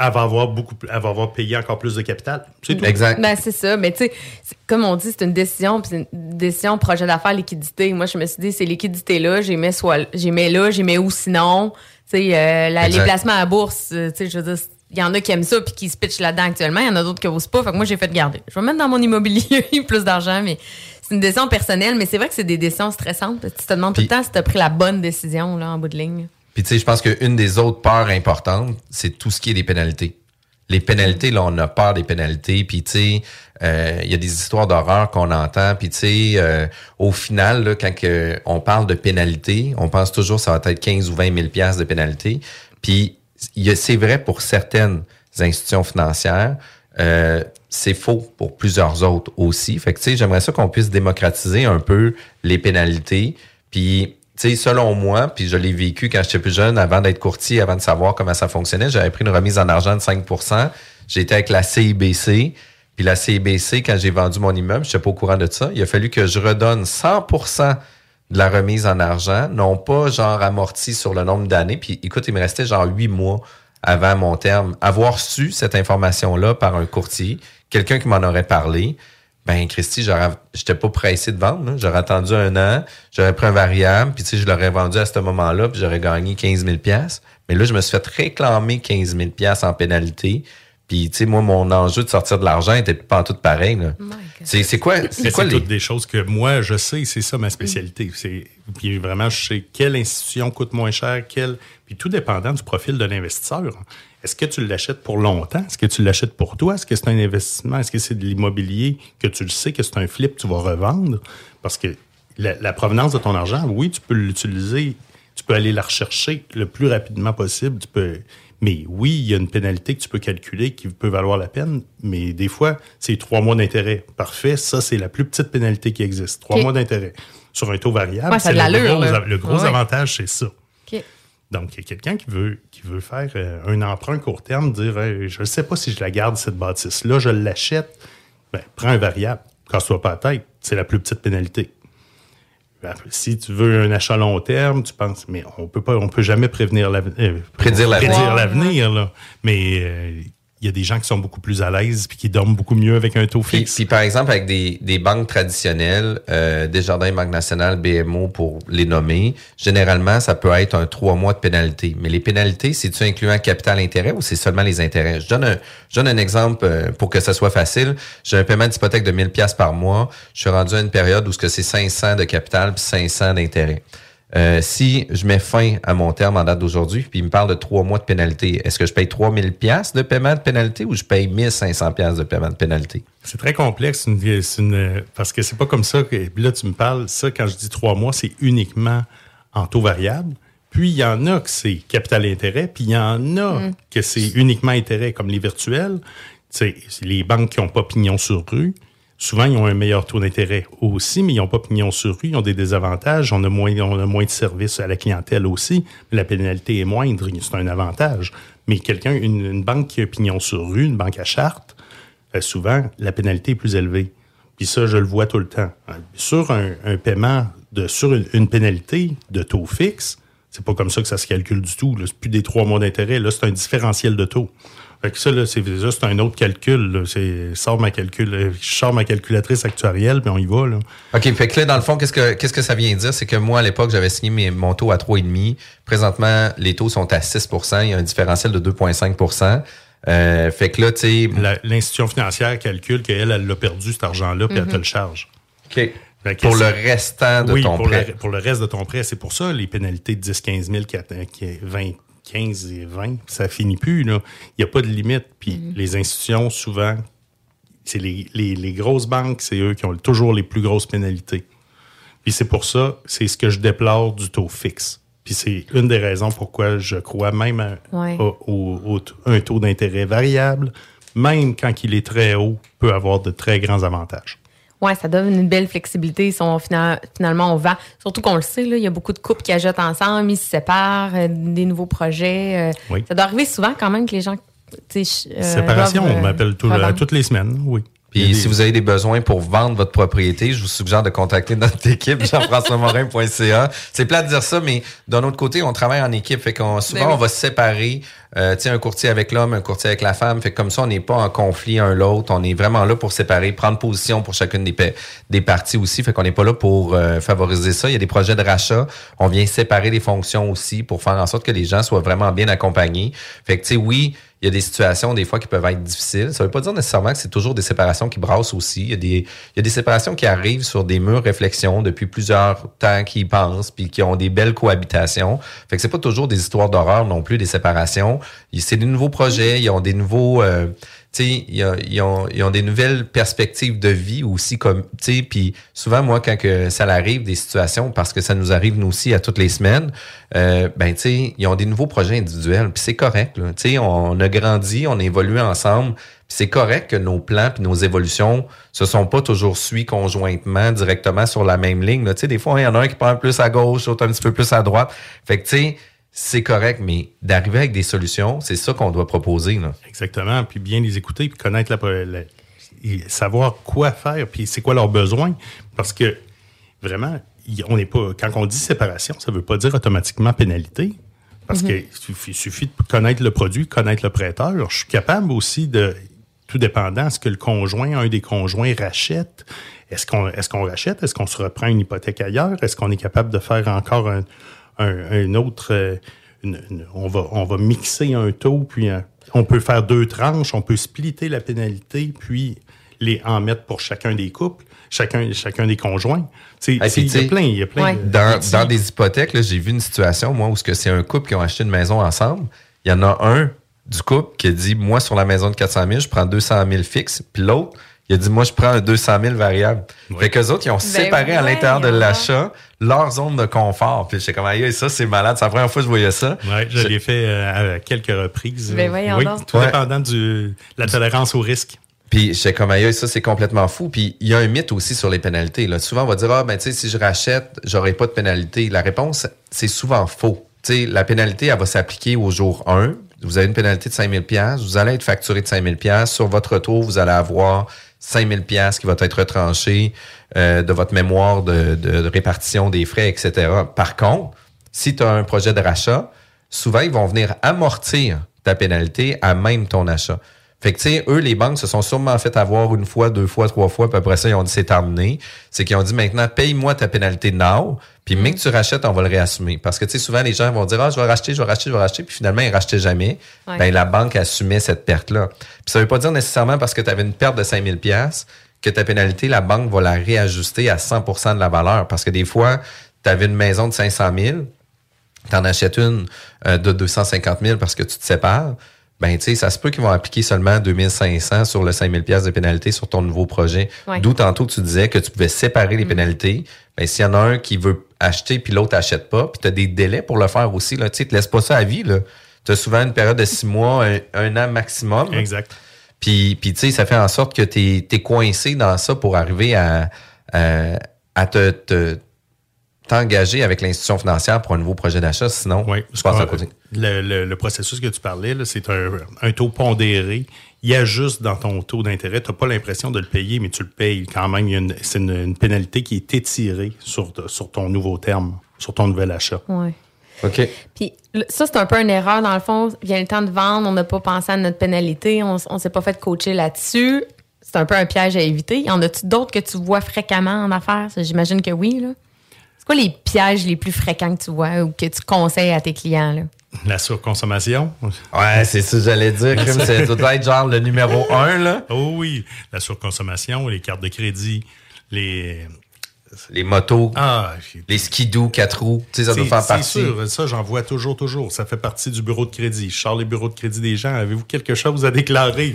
avoir payé encore plus de capital. C'est tout. Exact. Ben, c'est ça. Mais tu sais, comme on dit, c'est une décision, puis c'est une décision projet d'affaires, liquidité. Moi, je me suis dit, ces liquidités-là, j'y mets là, j'y mets où sinon. Tu sais, les placements à la bourse, tu sais, je veux dire, il y en a qui aiment ça puis qui se pitchent là-dedans actuellement. Il y en a d'autres qui n'osent pas. Fait que moi, j'ai fait garder. Je vais mettre dans mon immobilier plus d'argent, mais c'est une décision personnelle. Mais c'est vrai que c'est des décisions stressantes. Parce que tu te demandes tout le temps si tu as pris la bonne décision là, en bout de ligne. Puis, tu sais, je pense qu'une des autres peurs importantes, c'est tout ce qui est des pénalités. Les pénalités, là, on a peur des pénalités. Puis, tu sais, il y a des histoires d'horreur qu'on entend. Puis, tu sais, au final, là, quand on parle de pénalités, on pense toujours que ça va être 15 ou 20 000 $ de pénalités. Puis, c'est vrai pour certaines institutions financières. C'est faux pour plusieurs autres aussi. Fait que, tu sais, j'aimerais ça qu'on puisse démocratiser un peu les pénalités. Puis, tu sais, selon moi, puis je l'ai vécu quand j'étais plus jeune, avant d'être courtier, avant de savoir comment ça fonctionnait, j'avais pris une remise en argent de 5 %. J'étais avec la CIBC. Puis la CIBC, quand j'ai vendu mon immeuble, je n'étais pas au courant de ça. Il a fallu que je redonne 100 % de la remise en argent, non pas genre amorti sur le nombre d'années. Puis écoute, il me restait genre 8 mois avant mon terme. Avoir su cette information-là par un courtier, quelqu'un qui m'en aurait parlé, ben Christy, j'étais pas pressé de vendre. Là. J'aurais attendu 1 an, j'aurais pris un variable, puis tu sais, je l'aurais vendu à ce moment-là, puis j'aurais gagné 15 000 $. Mais là, je me suis fait réclamer 15 000 $ en pénalité. Puis, tu sais, moi, mon enjeu de sortir de l'argent était pas tout pareil. Là. C'est quoi c'est toutes des choses que moi, je sais, c'est ça ma spécialité. Puis vraiment, je sais quelle institution coûte moins cher, puis tout dépendant du profil de l'investisseur. Est-ce que tu l'achètes pour longtemps? Est-ce que tu l'achètes pour toi? Est-ce que c'est un investissement? Est-ce que c'est de l'immobilier que tu le sais que c'est un flip, tu vas revendre? Parce que la provenance de ton argent, oui, tu peux l'utiliser, tu peux aller la rechercher le plus rapidement possible, mais oui, il y a une pénalité que tu peux calculer qui peut valoir la peine, mais des fois, c'est 3 mois d'intérêt. Parfait, ça, c'est la plus petite pénalité qui existe. 3 mois d'intérêt. Sur un taux variable, c'est le gros avantage, c'est ça. Okay. Donc, il y a quelqu'un qui veut faire un emprunt court terme, dire je ne sais pas si je la garde, cette bâtisse-là, je l'achète. Ben, prends un variable. Casse-toi pas la tête. C'est la plus petite pénalité. Si tu veux un achat long terme, tu penses, mais on peut jamais prédire l'avenir, là. Mais il y a des gens qui sont beaucoup plus à l'aise puis qui dorment beaucoup mieux avec un taux fixe. Puis par exemple, avec des banques traditionnelles, Desjardins, Banque nationale, BMO, pour les nommer, généralement, ça peut être un 3 mois de pénalité. Mais les pénalités, c'est-tu incluant capital-intérêt ou c'est seulement les intérêts? Je donne un exemple pour que ça soit facile. J'ai un paiement d'hypothèque de 1 000 $ par mois. Je suis rendu à une période où c'est 500 de capital puis 500 d'intérêt. Si je mets fin à mon terme en date d'aujourd'hui, puis il me parle de 3 mois de pénalité, est-ce que je paye 3 000 $ de paiement de pénalité ou je paye 1 500 $ de paiement de pénalité? C'est très complexe, parce que c'est pas comme ça que là, tu me parles. Ça, quand je dis 3 mois, c'est uniquement en taux variable. Puis, il y en a que c'est capital-intérêt, puis il y en a que c'est uniquement intérêt, comme les virtuels. C'est les banques qui n'ont pas pignon sur rue. Souvent, ils ont un meilleur taux d'intérêt aussi, mais ils n'ont pas pignon sur rue, ils ont des désavantages. On a moins de services à la clientèle aussi, mais la pénalité est moindre, c'est un avantage. Mais une banque qui a pignon sur rue, une banque à charte, souvent, la pénalité est plus élevée. Puis ça, je le vois tout le temps. Sur un paiement, sur une pénalité de taux fixe, c'est pas comme ça que ça se calcule du tout. Là. C'est plus des 3 mois d'intérêt, là, c'est un différentiel de taux. Fait que ça, là, c'est un autre calcul. Là. Je sors ma calculatrice actuarielle, puis on y va. Là. OK, fait que là, dans le fond, qu'est-ce que ça vient dire? C'est que moi, à l'époque, j'avais signé mon taux à 3,5. Présentement, les taux sont à 6 %. Il y a un différentiel de 2,5 %. Fait que là, tu sais... L'institution financière calcule qu'elle l'a perdu, cet argent-là, puis elle te le charge. OK. Pour le restant de ton prêt. Pour le reste de ton prêt. C'est pour ça, les pénalités de 10-15 000, 20, 15 et 20, ça finit plus, là. Il n'y a pas de limite. Puis les institutions, souvent, c'est les grosses banques, c'est eux qui ont toujours les plus grosses pénalités. Puis c'est pour ça, c'est ce que je déplore du taux fixe. Puis c'est une des raisons pourquoi je crois même un taux d'intérêt variable, même quand il est très haut, peut avoir de très grands avantages. Oui, ça donne une belle flexibilité. Finalement, on vend. Surtout qu'on le sait, là, il y a beaucoup de couples qui achètent ensemble, ils se séparent, des nouveaux projets. Oui. Ça doit arriver souvent quand même que les gens... Séparation, on m'appelle toutes les semaines, oui. Puis si vous avez des besoins pour vendre votre propriété, je vous suggère de contacter notre équipe, jean-françois-morin.ca. C'est plate de dire ça, mais d'un autre côté, on travaille en équipe. Fait qu'on souvent, on va se séparer. Un courtier avec l'homme, un courtier avec la femme. Fait que comme ça, on n'est pas en conflit un l'autre. On est vraiment là pour séparer, prendre position pour chacune des parties aussi. Fait qu'on n'est pas là pour favoriser ça. Il y a des projets de rachat. On vient séparer les fonctions aussi pour faire en sorte que les gens soient vraiment bien accompagnés. Fait que, tu sais, oui, il y a des situations, des fois, qui peuvent être difficiles. Ça veut pas dire nécessairement que c'est toujours des séparations qui brassent aussi. Il y a des séparations qui arrivent sur des mûres réflexions depuis plusieurs temps qui y pensent puis qui ont des belles cohabitations. Fait que c'est pas toujours des histoires d'horreur non plus, des séparations. C'est des nouveaux projets, ils ont des nouveaux... ils ont des nouvelles perspectives de vie aussi, comme, tu sais, puis souvent, moi, quand que ça arrive, des situations, parce que ça nous arrive, nous aussi, à toutes les semaines, tu sais, ils ont des nouveaux projets individuels, puis c'est correct, là. Tu sais, on a grandi, on a évolué ensemble, puis c'est correct que nos plans puis nos évolutions se sont pas toujours suivis conjointement, directement sur la même ligne, là. Tu sais, des fois, il y en a un qui prend plus à gauche, l'autre un petit peu plus à droite. Fait que, tu sais, c'est correct, mais d'arriver avec des solutions, c'est ça qu'on doit proposer, là. Exactement, puis bien les écouter, puis connaître savoir quoi faire, puis c'est quoi leurs besoins. Parce que, vraiment, on n'est pas... Quand on dit séparation, ça ne veut pas dire automatiquement pénalité. Parce qu'il suffit de connaître le produit, connaître le prêteur. Je suis capable aussi de... Tout dépendant, est-ce que un des conjoints rachète? Est-ce qu'on rachète? Est-ce qu'on se reprend une hypothèque ailleurs? Est-ce qu'on est capable de faire encore un autre... on va mixer un taux, puis on peut faire 2 tranches, on peut splitter la pénalité, puis en mettre pour chacun des couples, chacun des conjoints. Il y a plein. Dans des hypothèques, là, j'ai vu une situation, moi, où c'est un couple qui ont acheté une maison ensemble. Il y en a un du couple qui a dit, moi, sur la maison de 400 000, je prends 200 000 fixes, puis l'autre, Il a dit, moi, je prends un 200 000 variable. Oui. Fait qu'eux autres, ils ont séparé à l'intérieur de l'achat leur zone de confort. Puis j'étais comme, aïe, ça, c'est malade. C'est la première fois que je voyais ça. Oui, je l'ai fait à quelques reprises. Ben oui, tout dépendant de la tolérance au risque. Puis j'étais comme, aïe, ça, c'est complètement fou. Puis il y a un mythe aussi sur les pénalités. Là. Souvent, on va dire, tu sais, si je rachète, j'aurai pas de pénalité. La réponse, c'est souvent faux. Tu sais, la pénalité, elle va s'appliquer au jour 1. Vous avez une pénalité de 5 000 $. Vous allez être facturé de 5 000 $. Sur votre retour, vous allez avoir 5 000 $ qui va être retranché de votre mémoire de répartition des frais, etc. Par contre, si tu as un projet de rachat, souvent, ils vont venir amortir ta pénalité à même ton achat. Fait que, tu sais, eux, les banques se sont sûrement fait avoir 1 fois, 2 fois, 3 fois, puis après ça, ils ont dit c'est terminé. C'est qu'ils ont dit maintenant, paye-moi ta pénalité now, puis même que tu rachètes, on va le réassumer. Parce que, tu sais, souvent, les gens vont dire, je vais racheter, puis finalement, ils rachetaient jamais. Ouais. Ben, la banque assumait cette perte-là. Puis ça veut pas dire nécessairement parce que tu avais une perte de 5 000 $ que ta pénalité, la banque va la réajuster à 100% de la valeur. Parce que des fois, tu avais une maison de 500 000, tu en achètes une de 250 000 parce que tu te sépares. Ben, tu sais, ça se peut qu'ils vont appliquer seulement 2500 sur le 5 000 $ de pénalité sur ton nouveau projet. Ouais. D'où tantôt tu disais que tu pouvais séparer les pénalités. Ben, s'il y en a un qui veut acheter puis l'autre achète pas, puis tu as des délais pour le faire aussi, là. Tu sais, te laisses pas ça à vie, là. Tu as souvent une période de 6 mois, un an maximum. Exact. Puis tu sais, ça fait en sorte que t'es coincé dans ça pour arriver à t'engager avec l'institution financière pour un nouveau projet d'achat, sinon, je passe à côté. Le processus que tu parlais, là, c'est un taux pondéré. Il ajuste dans ton taux d'intérêt. Tu n'as pas l'impression de le payer, mais tu le payes quand même. C'est une pénalité qui est étirée sur ton nouveau terme, sur ton nouvel achat. Oui. OK. Puis ça, c'est un peu une erreur. Dans le fond, vient le temps de vendre, on n'a pas pensé à notre pénalité, on ne s'est pas fait coacher là-dessus. C'est un peu un piège à éviter. Y en a-tu d'autres que tu vois fréquemment en affaires? J'imagine que oui, là. C'est quoi les pièges les plus fréquents que tu vois ou que tu conseilles à tes clients, là? La surconsommation. Ouais, c'est ça que j'allais dire. Ça doit être genre le numéro 1, là. Oh oui, la surconsommation, les cartes de crédit, les motos, les skidoo 4 roues, tu sais, ça doit faire partie. C'est sûr, ça, j'en vois toujours. Ça fait partie du bureau de crédit. Je sors les bureaux de crédit des gens. Avez-vous quelque chose à déclarer?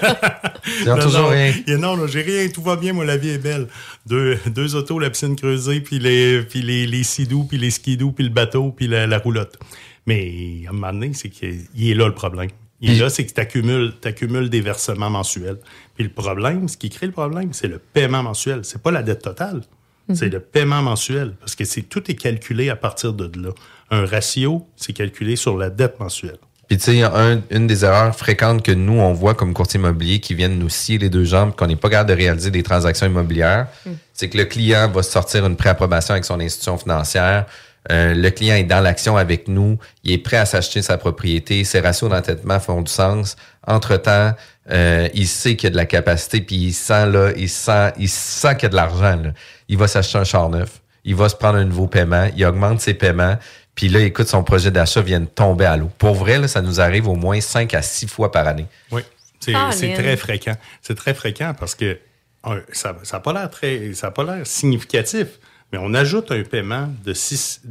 Toujours rien. Non, j'ai rien. Tout va bien, moi, la vie est belle. Deux autos, la piscine creusée, puis les sidous, puis les skidoo, puis le bateau, puis la roulotte. Mais à un moment donné, c'est qu'il est là le problème. C'est que tu accumules des versements mensuels. Puis le problème, ce qui crée le problème, c'est le paiement mensuel. C'est pas la dette totale. C'est le paiement mensuel, parce que tout est calculé à partir de là. Un ratio, c'est calculé sur la dette mensuelle. Puis tu sais, une des erreurs fréquentes que nous, on voit comme courtier immobilier qui viennent nous scier les deux jambes, qu'on n'est pas capable de réaliser des transactions immobilières, c'est que le client va sortir une préapprobation avec son institution financière. Le client est dans l'action avec nous, il est prêt à s'acheter sa propriété, ses ratios d'endettement font du sens. Entre-temps, il sait qu'il y a de la capacité, puis il sent qu'il y a de l'argent, là. Il va s'acheter un char neuf, il va se prendre un nouveau paiement, il augmente ses paiements, puis là, écoute, son projet d'achat vient de tomber à l'eau. Pour vrai, là, ça nous arrive au moins 5 à 6 fois par année. Oui, c'est très fréquent. C'est très fréquent parce que ça n'a pas l'air significatif. Mais on ajoute un paiement de 6,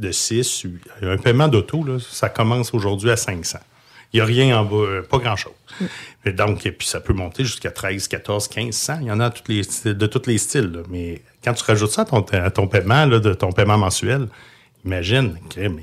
un paiement d'auto, là, ça commence aujourd'hui à 500. Il n'y a rien en bas, pas grand-chose. Donc, et puis ça peut monter jusqu'à 13, 14, 1500. Il y en a de tous les styles. Là. Mais quand tu rajoutes ça à ton paiement, là, de ton paiement mensuel, imagine,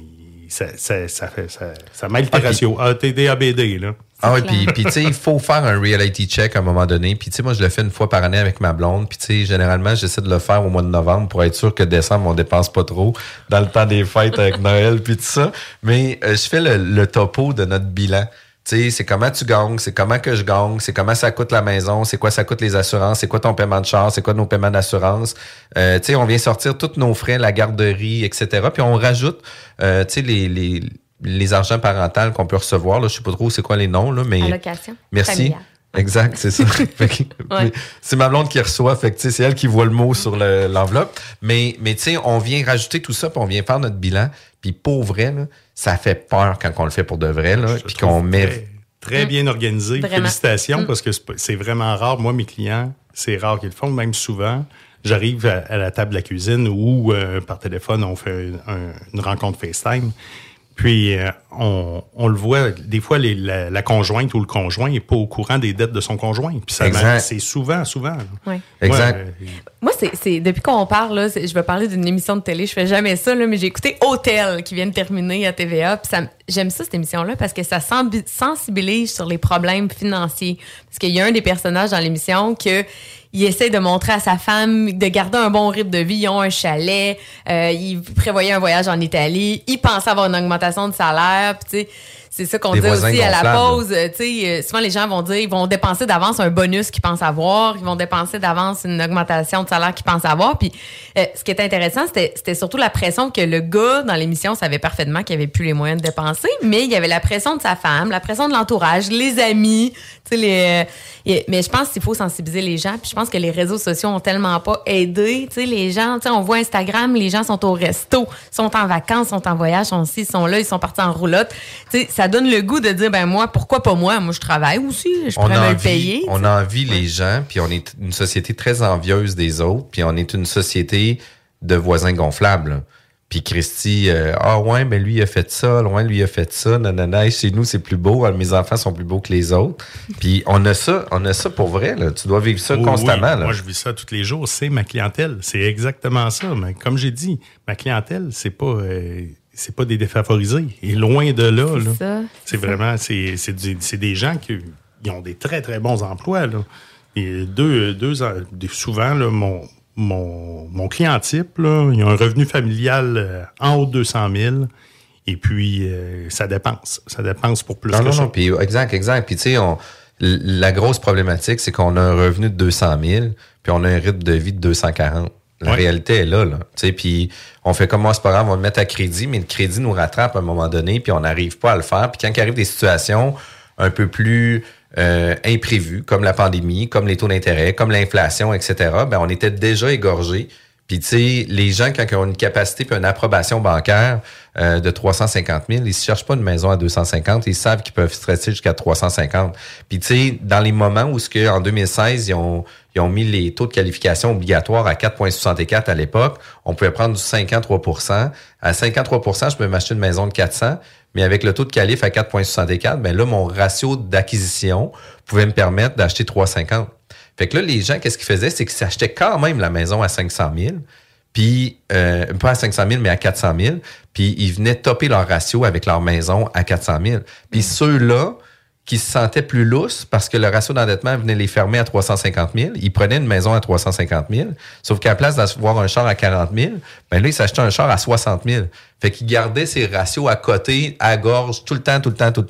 ça mêle tes ratios. ATD, ABD, là. Ah oui, puis tu sais, il faut faire un reality check à un moment donné. Puis tu sais, moi, je le fais une fois par année avec ma blonde. Puis tu sais, généralement, j'essaie de le faire au mois de novembre pour être sûr que décembre, on dépense pas trop dans le temps des fêtes avec Noël puis tout ça. Mais je fais le topo de notre bilan. Tu sais, c'est comment tu gagnes, c'est comment que je gagne, c'est comment ça coûte la maison, c'est quoi ça coûte les assurances, c'est quoi ton paiement de char, c'est quoi nos paiements d'assurance. Tu sais, on vient sortir tous nos frais, la garderie, etc. Puis on rajoute, tu sais, les argents parentaux qu'on peut recevoir. Là, je sais pas trop c'est quoi les noms, là, mais. Allocation. Merci. Familiale. Exact, c'est ça. Ouais. C'est ma blonde qui reçoit, fait que c'est elle qui voit le mot sur l'enveloppe. Mais tu sais, on vient rajouter tout ça, puis on vient faire notre bilan. Puis pour vrai, là, ça fait peur quand on le fait pour de vrai, là, puis qu'on met. Très bien organisé. Vraiment. Félicitations, parce que c'est vraiment rare. Moi, mes clients, c'est rare qu'ils le font, même souvent. J'arrive à la table de la cuisine ou par téléphone, on fait une rencontre FaceTime. Puis, on le voit, des fois, la conjointe ou le conjoint n'est pas au courant des dettes de son conjoint. Puis ça, c'est souvent. Oui. Exact. Moi, c'est depuis qu'on parle, là, je vais parler d'une émission de télé, je fais jamais ça, là, mais j'ai écouté Hôtel qui vient de terminer à TVA. Puis j'aime ça, cette émission-là, parce que ça sensibilise sur les problèmes financiers. Parce qu'il y a un des personnages dans l'émission il essaie de montrer à sa femme de garder un bon rythme de vie. Ils ont un chalet, il prévoyait un voyage en Italie, il pensait avoir une augmentation de salaire, puis tu sais, c'est ça qu'on dit aussi à la pause. Souvent, les gens vont dire ils vont dépenser d'avance un bonus qu'ils pensent avoir, ils vont dépenser d'avance une augmentation de salaire qu'ils pensent avoir. Puis, ce qui est intéressant, c'était surtout la pression que le gars dans l'émission savait parfaitement qu'il avait plus les moyens de dépenser, mais il y avait la pression de sa femme, la pression de l'entourage, les amis. Mais je pense qu'il faut sensibiliser les gens. Puis je pense que les réseaux sociaux ont tellement pas aidé. Les gens, on voit Instagram, les gens sont au resto, sont en vacances, sont en voyage, sont ici, sont là, ils sont partis en roulotte. Ça donne le goût de dire, moi, pourquoi pas moi? Moi, je travaille aussi, je pourrais me le payer. On envie les gens, puis on est une société très envieuse des autres, puis on est une société de voisins gonflables. Puis Christy, mais lui, il a fait ça, lui, il a fait ça, nanana, chez nous, c'est plus beau, mes enfants sont plus beaux que les autres. Puis on a ça pour vrai, là. Tu dois vivre ça constamment. Oui. Là. Moi, je vis ça tous les jours, c'est ma clientèle. C'est exactement ça. Mais comme j'ai dit, ma clientèle, c'est pas des défavorisés. Et loin de là, c'est vraiment, c'est des gens qui ont des très, très bons emplois, là. Et souvent, là, mon client type, là, il a un revenu familial en haut de 200 000 et puis ça dépense. Ça dépense pour plus que ça. Non, puis exact. Puis tu sais, la grosse problématique, c'est qu'on a un revenu de 200 000 puis on a un rythme de vie de 240. La réalité est là. Tu sais, puis on fait comme moi, c'est pas grave, on va le mettre à crédit, mais le crédit nous rattrape à un moment donné puis on n'arrive pas à le faire. Puis quand il arrive des situations un peu plus imprévues, comme la pandémie, comme les taux d'intérêt, comme l'inflation, etc., on était déjà égorgés. Puis, tu sais, les gens, quand ils ont une capacité puis une approbation bancaire de 350 000, ils ne cherchent pas une maison à 250, ils savent qu'ils peuvent stresser jusqu'à 350. Puis, tu sais, dans les moments où, en 2016, ils ont mis les taux de qualification obligatoires à 4,64 à l'époque, on pouvait prendre du 53 %. À 53 % je peux m'acheter une maison de 400, mais avec le taux de qualif à 4,64, là, mon ratio d'acquisition pouvait me permettre d'acheter 3,50. Fait que là, les gens, qu'est-ce qu'ils faisaient? C'est qu'ils s'achetaient quand même la maison à 500 000, puis pas à 500 000, mais à 400 000, puis ils venaient topper leur ratio avec leur maison à 400 000. Puis ceux-là qui se sentaient plus lousses parce que le ratio d'endettement venait les fermer à 350 000, ils prenaient une maison à 350 000, sauf qu'à la place d'avoir un char à 40 000, là, ils s'achetaient un char à 60 000. Fait qu'ils gardaient ces ratios à côté, à gorge, tout le temps,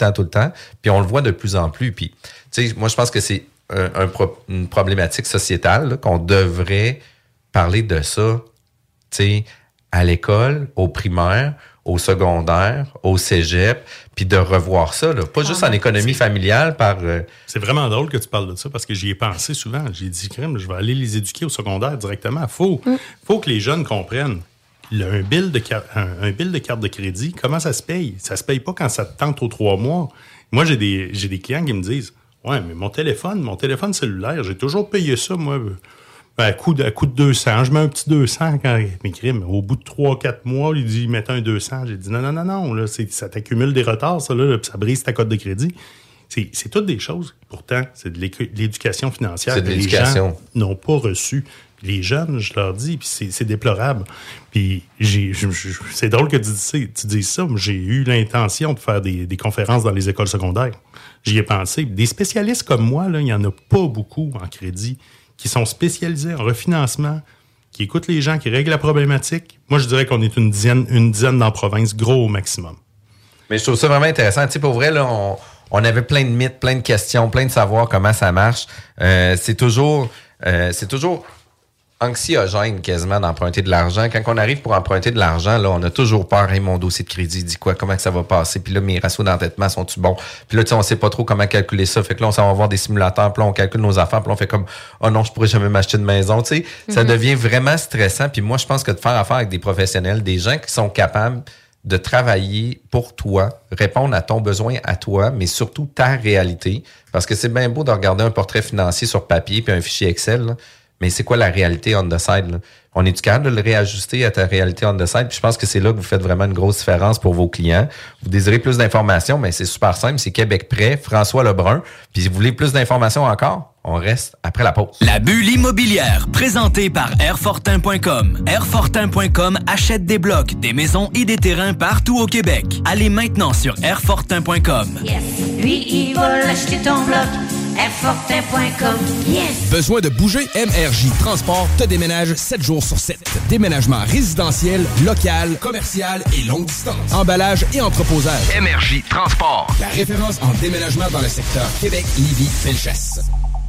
puis on le voit de plus en plus. Puis, tu sais, moi, je pense que c'est une problématique sociétale, là, qu'on devrait parler de ça, tu sais, à l'école, au primaire, au secondaire, au cégep, puis de revoir ça, là, pas juste en économie familiale par... C'est vraiment drôle que tu parles de ça, parce que j'y ai pensé souvent. J'ai dit, crème, je vais aller les éduquer au secondaire directement. Faut que les jeunes comprennent. Un bill de carte de crédit, comment ça se paye? Ça se paye pas quand ça te tente aux 3 mois. Moi, j'ai des clients qui me disent, ouais, mais mon téléphone cellulaire, j'ai toujours payé ça, moi, à coup de 200. Je mets un petit 200 quand mes crimes. Au bout de 3-4 mois, il dit, mettez un 200. J'ai dit, non, là, ça t'accumule des retards, ça, là, puis ça brise ta cote de crédit. C'est toutes des choses. Pourtant, c'est de l'éducation financière que les gens n'ont pas reçue. Les jeunes, je leur dis, puis c'est déplorable. Puis c'est drôle que tu dises ça, mais j'ai eu l'intention de faire des conférences dans les écoles secondaires. J'y ai pensé. Des spécialistes comme moi, là, il n'y en a pas beaucoup en crédit, qui sont spécialisés en refinancement, qui écoutent les gens, qui règlent la problématique. Moi, je dirais qu'on est une dizaine dans la province, gros au maximum. Mais je trouve ça vraiment intéressant. Tu sais, pour vrai, là, on avait plein de mythes, plein de questions, plein de savoir comment ça marche. C'est toujours anxiogène quasiment d'emprunter de l'argent. Quand on arrive pour emprunter de l'argent, là, on a toujours peur. Hey, mon dossier de crédit dit quoi? Comment que ça va passer? Puis là, mes ratios d'endettement sont-tu bons? Puis là, tu sais, on sait pas trop comment calculer ça. Fait que là, on s'en va voir des simulateurs. Puis là, on calcule nos affaires. Puis là, on fait comme, oh non, je pourrais jamais m'acheter de maison. Tu sais, ça devient vraiment stressant. Puis moi, je pense que de faire affaire avec des professionnels, des gens qui sont capables de travailler pour toi, répondre à ton besoin à toi, mais surtout ta réalité. Parce que c'est bien beau de regarder un portrait financier sur papier puis un fichier Excel, là. Mais c'est quoi la réalité on the side, là? On est-tu capable de le réajuster à ta réalité on the side? Puis je pense que c'est là que vous faites vraiment une grosse différence pour vos clients. Vous désirez plus d'informations, mais c'est super simple. C'est Québec Prêt, François Lebrun. Puis si vous voulez plus d'informations encore, on reste après la pause. La bulle immobilière, présentée par Airfortin.com. Airfortin.com achète des blocs, des maisons et des terrains partout au Québec. Allez maintenant sur Airfortin.com. Yes. Lui, il va l'acheter ton bloc. Airfortin.com. Yes. Besoin de bouger? MRJ Transport te déménage 7 jours sur 7. Déménagement résidentiel, local, commercial et longue distance. Emballage et entreposage. MRJ Transport. La référence en déménagement dans le secteur Québec, Lévis, Felchasse.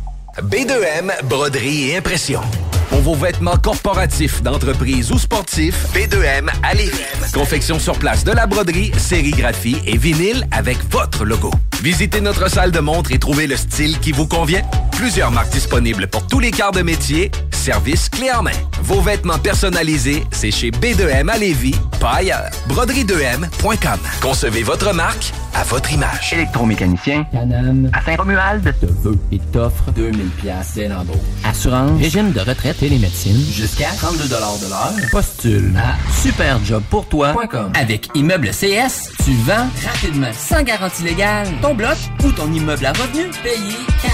B2M, broderie et impression. Pour vos vêtements corporatifs, d'entreprise ou sportifs, B2M à Lévis. Confection sur place de la broderie, sérigraphie et vinyle avec votre logo. Visitez notre salle de montre et trouvez le style qui vous convient. Plusieurs marques disponibles pour tous les quarts de métier. Service clé en main. Vos vêtements personnalisés, c'est chez B2M à Lévis, pas ailleurs. Broderie2M.com. Concevez votre marque à votre image. Électromécanicien, Canam, à Saint-Romuald, te veut et t'offre 2000$ dès l'embauche. Assurance, régime de retraite, télémédecine, jusqu'à 32$ de l'heure. Postule à superjobpourtoi.com. Avec Immeuble CS, tu vends rapidement, sans garantie légale, ton bloc ou ton immeuble à revenu payé cash.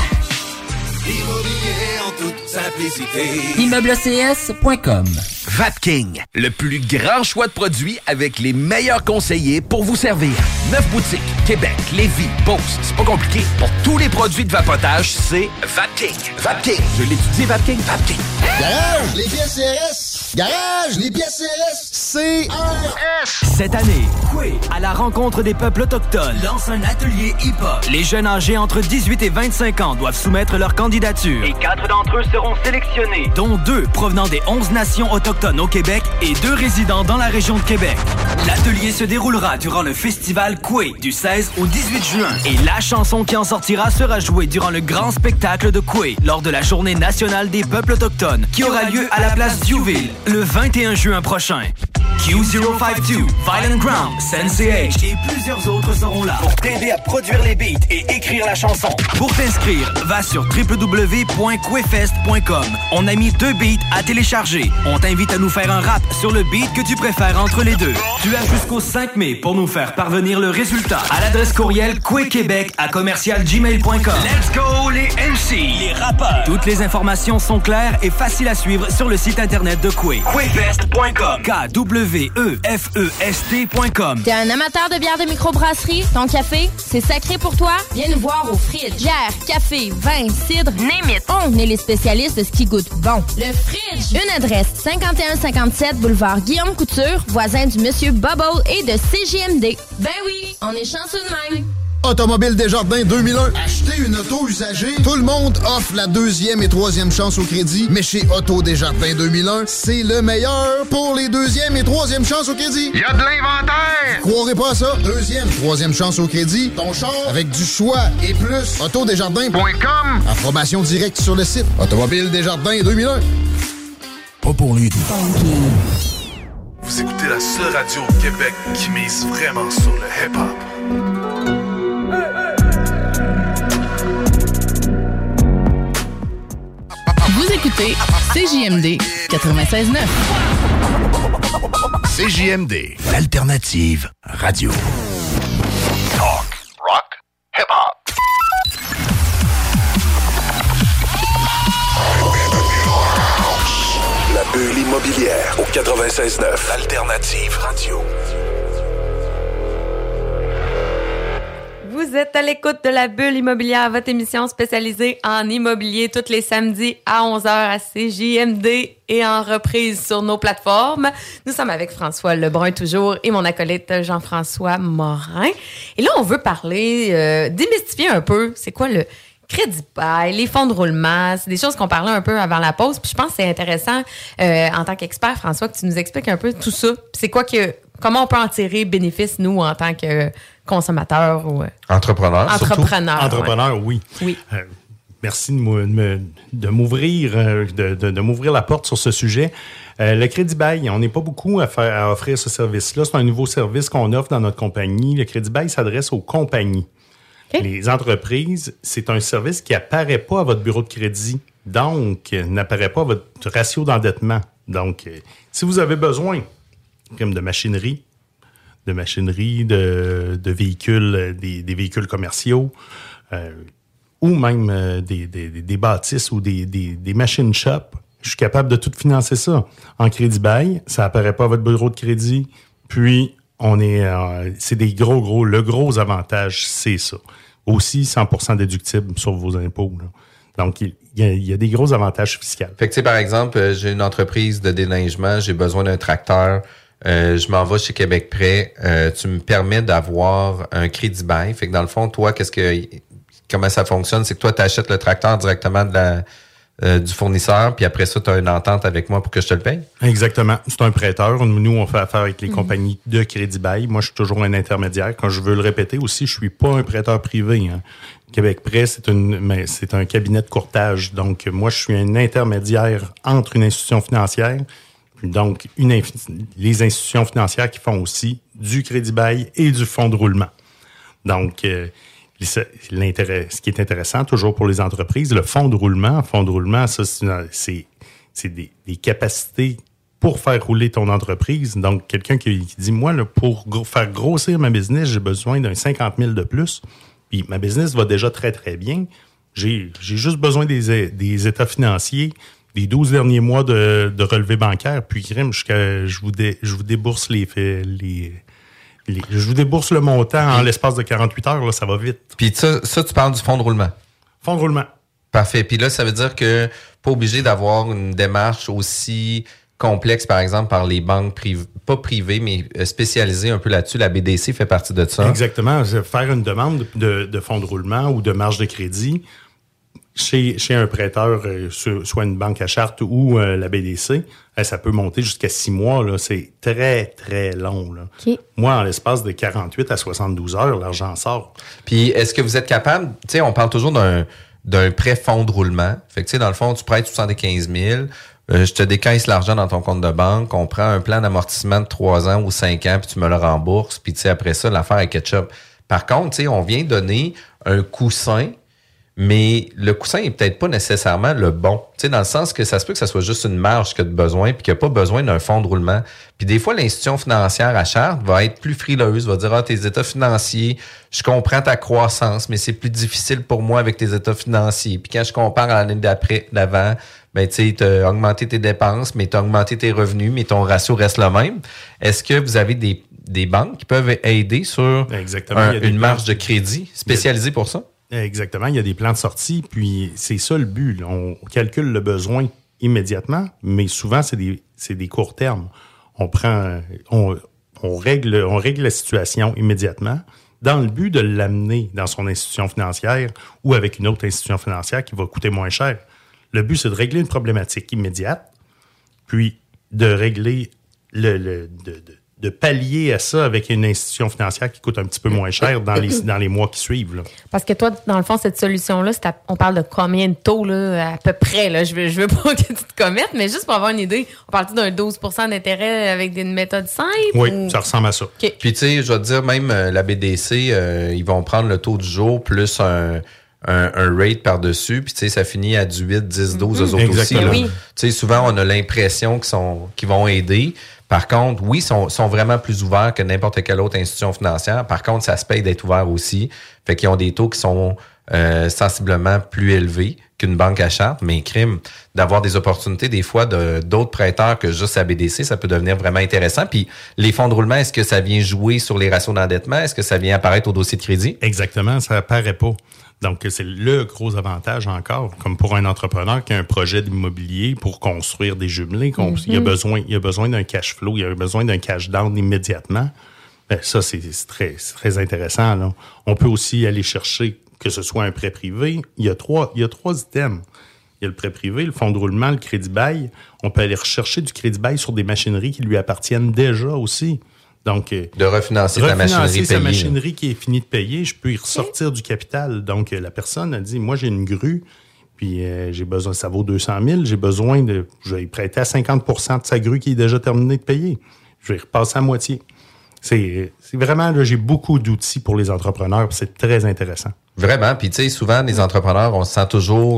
Immobilier en toute simplicité. ImmeubleCS.com. Vapking, le plus grand choix de produits avec les meilleurs conseillers pour vous servir. 9 boutiques, Québec, Lévis, Beauce. C'est pas compliqué. Pour tous les produits de vapotage, c'est Vapking. Vapking. Je l'étudie, Vapking. Vapking. Garage, les pièces CRS. Garage, les pièces CRS. CRS. Cette année, Coué, à la rencontre des peuples autochtones, lance un atelier hip-hop. Les jeunes âgés entre 18 et 25 ans doivent soumettre leur candidature. Et 4 d'entre eux seront sélectionnés, dont 2 provenant des 11 nations autochtones au Québec et 2 résidant dans la région de Québec. L'atelier se déroulera durant le festival Coué du 16 au 18 juin. Et la chanson qui en sortira sera jouée durant le grand spectacle de Coué lors de la Journée nationale des peuples autochtones qui aura lieu à la place Diouville le 21 juin prochain. Q052, Violent Ground, Sensei H et plusieurs autres seront là pour t'aider à produire les beats et écrire la chanson. Pour t'inscrire, va sur www.quefest.com. On a mis 2 beats à télécharger. On t'invite à nous faire un rap sur le beat que tu préfères entre les deux. Tu as jusqu'au 5 mai pour nous faire parvenir le résultat à l'adresse courriel quequebec@commercialgmail.com. Let's go les MC, les rappeurs. Toutes les informations sont claires et faciles à suivre sur le site internet de Qué. Quefest.com. KWEFEST.com. T'es un amateur de bière de microbrasserie? Ton café, c'est sacré pour toi? Viens nous voir au Fridge. Bière, café, vin, cidre, name it. On est les spécialistes de ce qui goûte bon. Le Fridge. Une adresse, 5157 boulevard Guillaume Couture, voisin du Monsieur Bubble et de CJMD. Ben oui, on est chanceux de même. Automobile Desjardins 2001. Acheter une auto usagée. Tout le monde offre la 2e et 3e chance au crédit. Mais chez Auto Desjardins 2001, c'est le meilleur pour les 2e et 3e chances au crédit. Il y a de l'inventaire! Croirez pas à ça. 2e, 3e chance au crédit. Ton char avec du choix et plus. Autodesjardins.com. Information directe sur le site. Automobile Desjardins 2001. Pas pour lui. Vous écoutez la seule radio au Québec qui mise vraiment sur le hip-hop. Vous écoutez CJMD 96.9. CJMD, l'alternative radio. Talk, rock, hip-hop. La bulle immobilière au 96.9, l'alternative radio. Vous êtes à l'écoute de la bulle immobilière, votre émission spécialisée en immobilier tous les samedis à 11h à CJMD et en reprise sur nos plateformes. Nous sommes avec François Lebrun toujours et mon acolyte Jean-François Morin. Et là, on veut parler, démystifier un peu, c'est quoi le crédit bail, les fonds de roulement, c'est des choses qu'on parlait un peu avant la pause. Puis je pense que c'est intéressant, en tant qu'expert, François, que tu nous expliques un peu tout ça. Puis c'est quoi comment on peut en tirer bénéfice, nous, en tant que consommateurs ou entrepreneurs. Entrepreneurs, oui. Merci de m'ouvrir la porte sur ce sujet. Le crédit bail, on n'est pas beaucoup à offrir ce service-là. C'est un nouveau service qu'on offre dans notre compagnie. Le crédit bail s'adresse aux compagnies. Okay. Les entreprises, c'est un service qui apparaît pas à votre bureau de crédit, Donc, n'apparaît pas votre ratio d'endettement. Donc, si vous avez besoin comme de machinerie, de véhicules, des véhicules commerciaux, ou même des bâtisses ou des machines shop, je suis capable de tout financer ça. En crédit bail, ça apparaît pas à votre bureau de crédit, puis c'est le gros avantage, c'est ça. Aussi, 100% déductible sur vos impôts, là. Donc, il y a des gros avantages fiscaux. Fait que, tu sais, par exemple, j'ai une entreprise de déneigement, j'ai besoin d'un tracteur, je m'en vais chez Québec Prêt, tu me permets d'avoir un crédit bail. Fait que dans le fond, toi, comment ça fonctionne? C'est que toi, tu achètes le tracteur directement du fournisseur, puis après ça, tu as une entente avec moi pour que je te le paye? Exactement. C'est un prêteur. Nous, on fait affaire avec les compagnies de crédit bail. Moi, je suis toujours un intermédiaire. Quand je veux le répéter aussi, je suis pas un prêteur privé, hein. Québec Prêt, c'est un cabinet de courtage. Donc, moi, je suis un intermédiaire entre une institution financière, donc les institutions financières qui font aussi du crédit bail et du fonds de roulement. Donc, ce qui est intéressant, toujours pour les entreprises, le fonds de roulement, ça, c'est des capacités pour faire rouler ton entreprise. Donc, quelqu'un qui dit, moi, là, pour faire grossir ma business, j'ai besoin d'un 50 000 de plus. Puis ma business va déjà très, très bien. J'ai juste besoin des états financiers, des 12 derniers mois de relevé bancaire. Puis, je vous débourse je vous débourse le montant en l'espace de 48 heures. Là, ça va vite. Puis ça, tu parles du fonds de roulement? Fonds de roulement. Parfait. Puis là, ça veut dire que pas obligé d'avoir une démarche aussi complexe, par exemple, par les banques pas privées, mais spécialisées un peu là-dessus. La BDC fait partie de ça. Exactement. Faire une demande de fonds de roulement ou de marge de crédit chez un prêteur, soit une banque à charte ou la BDC, ça peut monter jusqu'à 6 mois. Là. C'est très, très long. Là. Okay. Moi, en l'espace de 48 à 72 heures, l'argent sort. Puis, est-ce que vous êtes capable... Tu sais, on parle toujours d'un prêt fonds de roulement. Fait que, tu sais, dans le fond, tu prêtes 75 000, je te décaisse l'argent dans ton compte de banque, on prend un plan d'amortissement de 3 ans ou 5 ans, puis tu me le rembourses, puis tu sais, après ça, l'affaire est ketchup. Par contre, tu sais, on vient donner un coussin, mais le coussin est peut-être pas nécessairement le bon. Tu sais, dans le sens que ça se peut que ça soit juste une marge que tu as besoin, puis qu'il n'y a pas besoin d'un fonds de roulement. Puis des fois, l'institution financière à charte va être plus frileuse, va dire, tes états financiers, je comprends ta croissance, mais c'est plus difficile pour moi avec tes états financiers. Puis quand je compare à l'année d'avant, ben, tu sais, tu as augmenté tes dépenses, mais tu as augmenté tes revenus, mais ton ratio reste le même. Est-ce que vous avez des banques qui peuvent aider sur une marge de crédit spécialisée pour ça? Exactement. Il y a des plans de sortie, puis c'est ça le but. Là. On calcule le besoin immédiatement, mais souvent, c'est des courts termes. On règle la situation immédiatement dans le but de l'amener dans son institution financière ou avec une autre institution financière qui va coûter moins cher. Le but, c'est de régler une problématique immédiate, puis de régler de pallier à ça avec une institution financière qui coûte un petit peu moins cher dans les mois qui suivent. Là. Parce que toi, dans le fond, cette solution-là, on parle de combien de taux là, à peu près? Là? Je veux pas que tu te commettes, mais juste pour avoir une idée, on parle-tu d'un 12 % d'intérêt avec une méthode simple? Oui, ça ressemble à ça. Okay. Puis tu sais, je vais te dire, même la BDC, ils vont prendre le taux du jour plus un rate par-dessus, puis tu sais, ça finit à du 8, 10, 12, eux autres aussi. Oui. Tu sais, souvent, on a l'impression qu'ils vont aider. Par contre, oui, sont vraiment plus ouverts que n'importe quelle autre institution financière. Par contre, ça se paye d'être ouvert aussi. Fait qu'ils ont des taux qui sont sensiblement plus élevés qu'une banque à charte, mais d'avoir des opportunités des fois d'autres prêteurs que juste la BDC, ça peut devenir vraiment intéressant. Puis les fonds de roulement, est-ce que ça vient jouer sur les ratios d'endettement? Est-ce que ça vient apparaître au dossier de crédit? Exactement, ça apparaît pas. Donc, c'est le gros avantage encore, comme pour un entrepreneur qui a un projet d'immobilier pour construire des jumelés, il a besoin d'un cash flow, il a besoin d'un cash down immédiatement. Ben, ça, c'est très intéressant. Là. On peut aussi aller chercher, que ce soit un prêt privé. Il y a trois items. Il y a le prêt privé, le fonds de roulement, le crédit bail. On peut aller rechercher du crédit bail sur des machineries qui lui appartiennent déjà aussi. Donc, de refinancer sa machinerie qui est finie de payer, je peux y ressortir du capital. Donc, la personne a dit, moi, j'ai une grue, puis j'ai besoin, ça vaut 200 000, je vais y prêter à 50 % de sa grue qui est déjà terminée de payer. Je vais y repasser à moitié. C'est vraiment, là, j'ai beaucoup d'outils pour les entrepreneurs, puis c'est très intéressant. Vraiment, puis tu sais, souvent, les entrepreneurs, on se sent toujours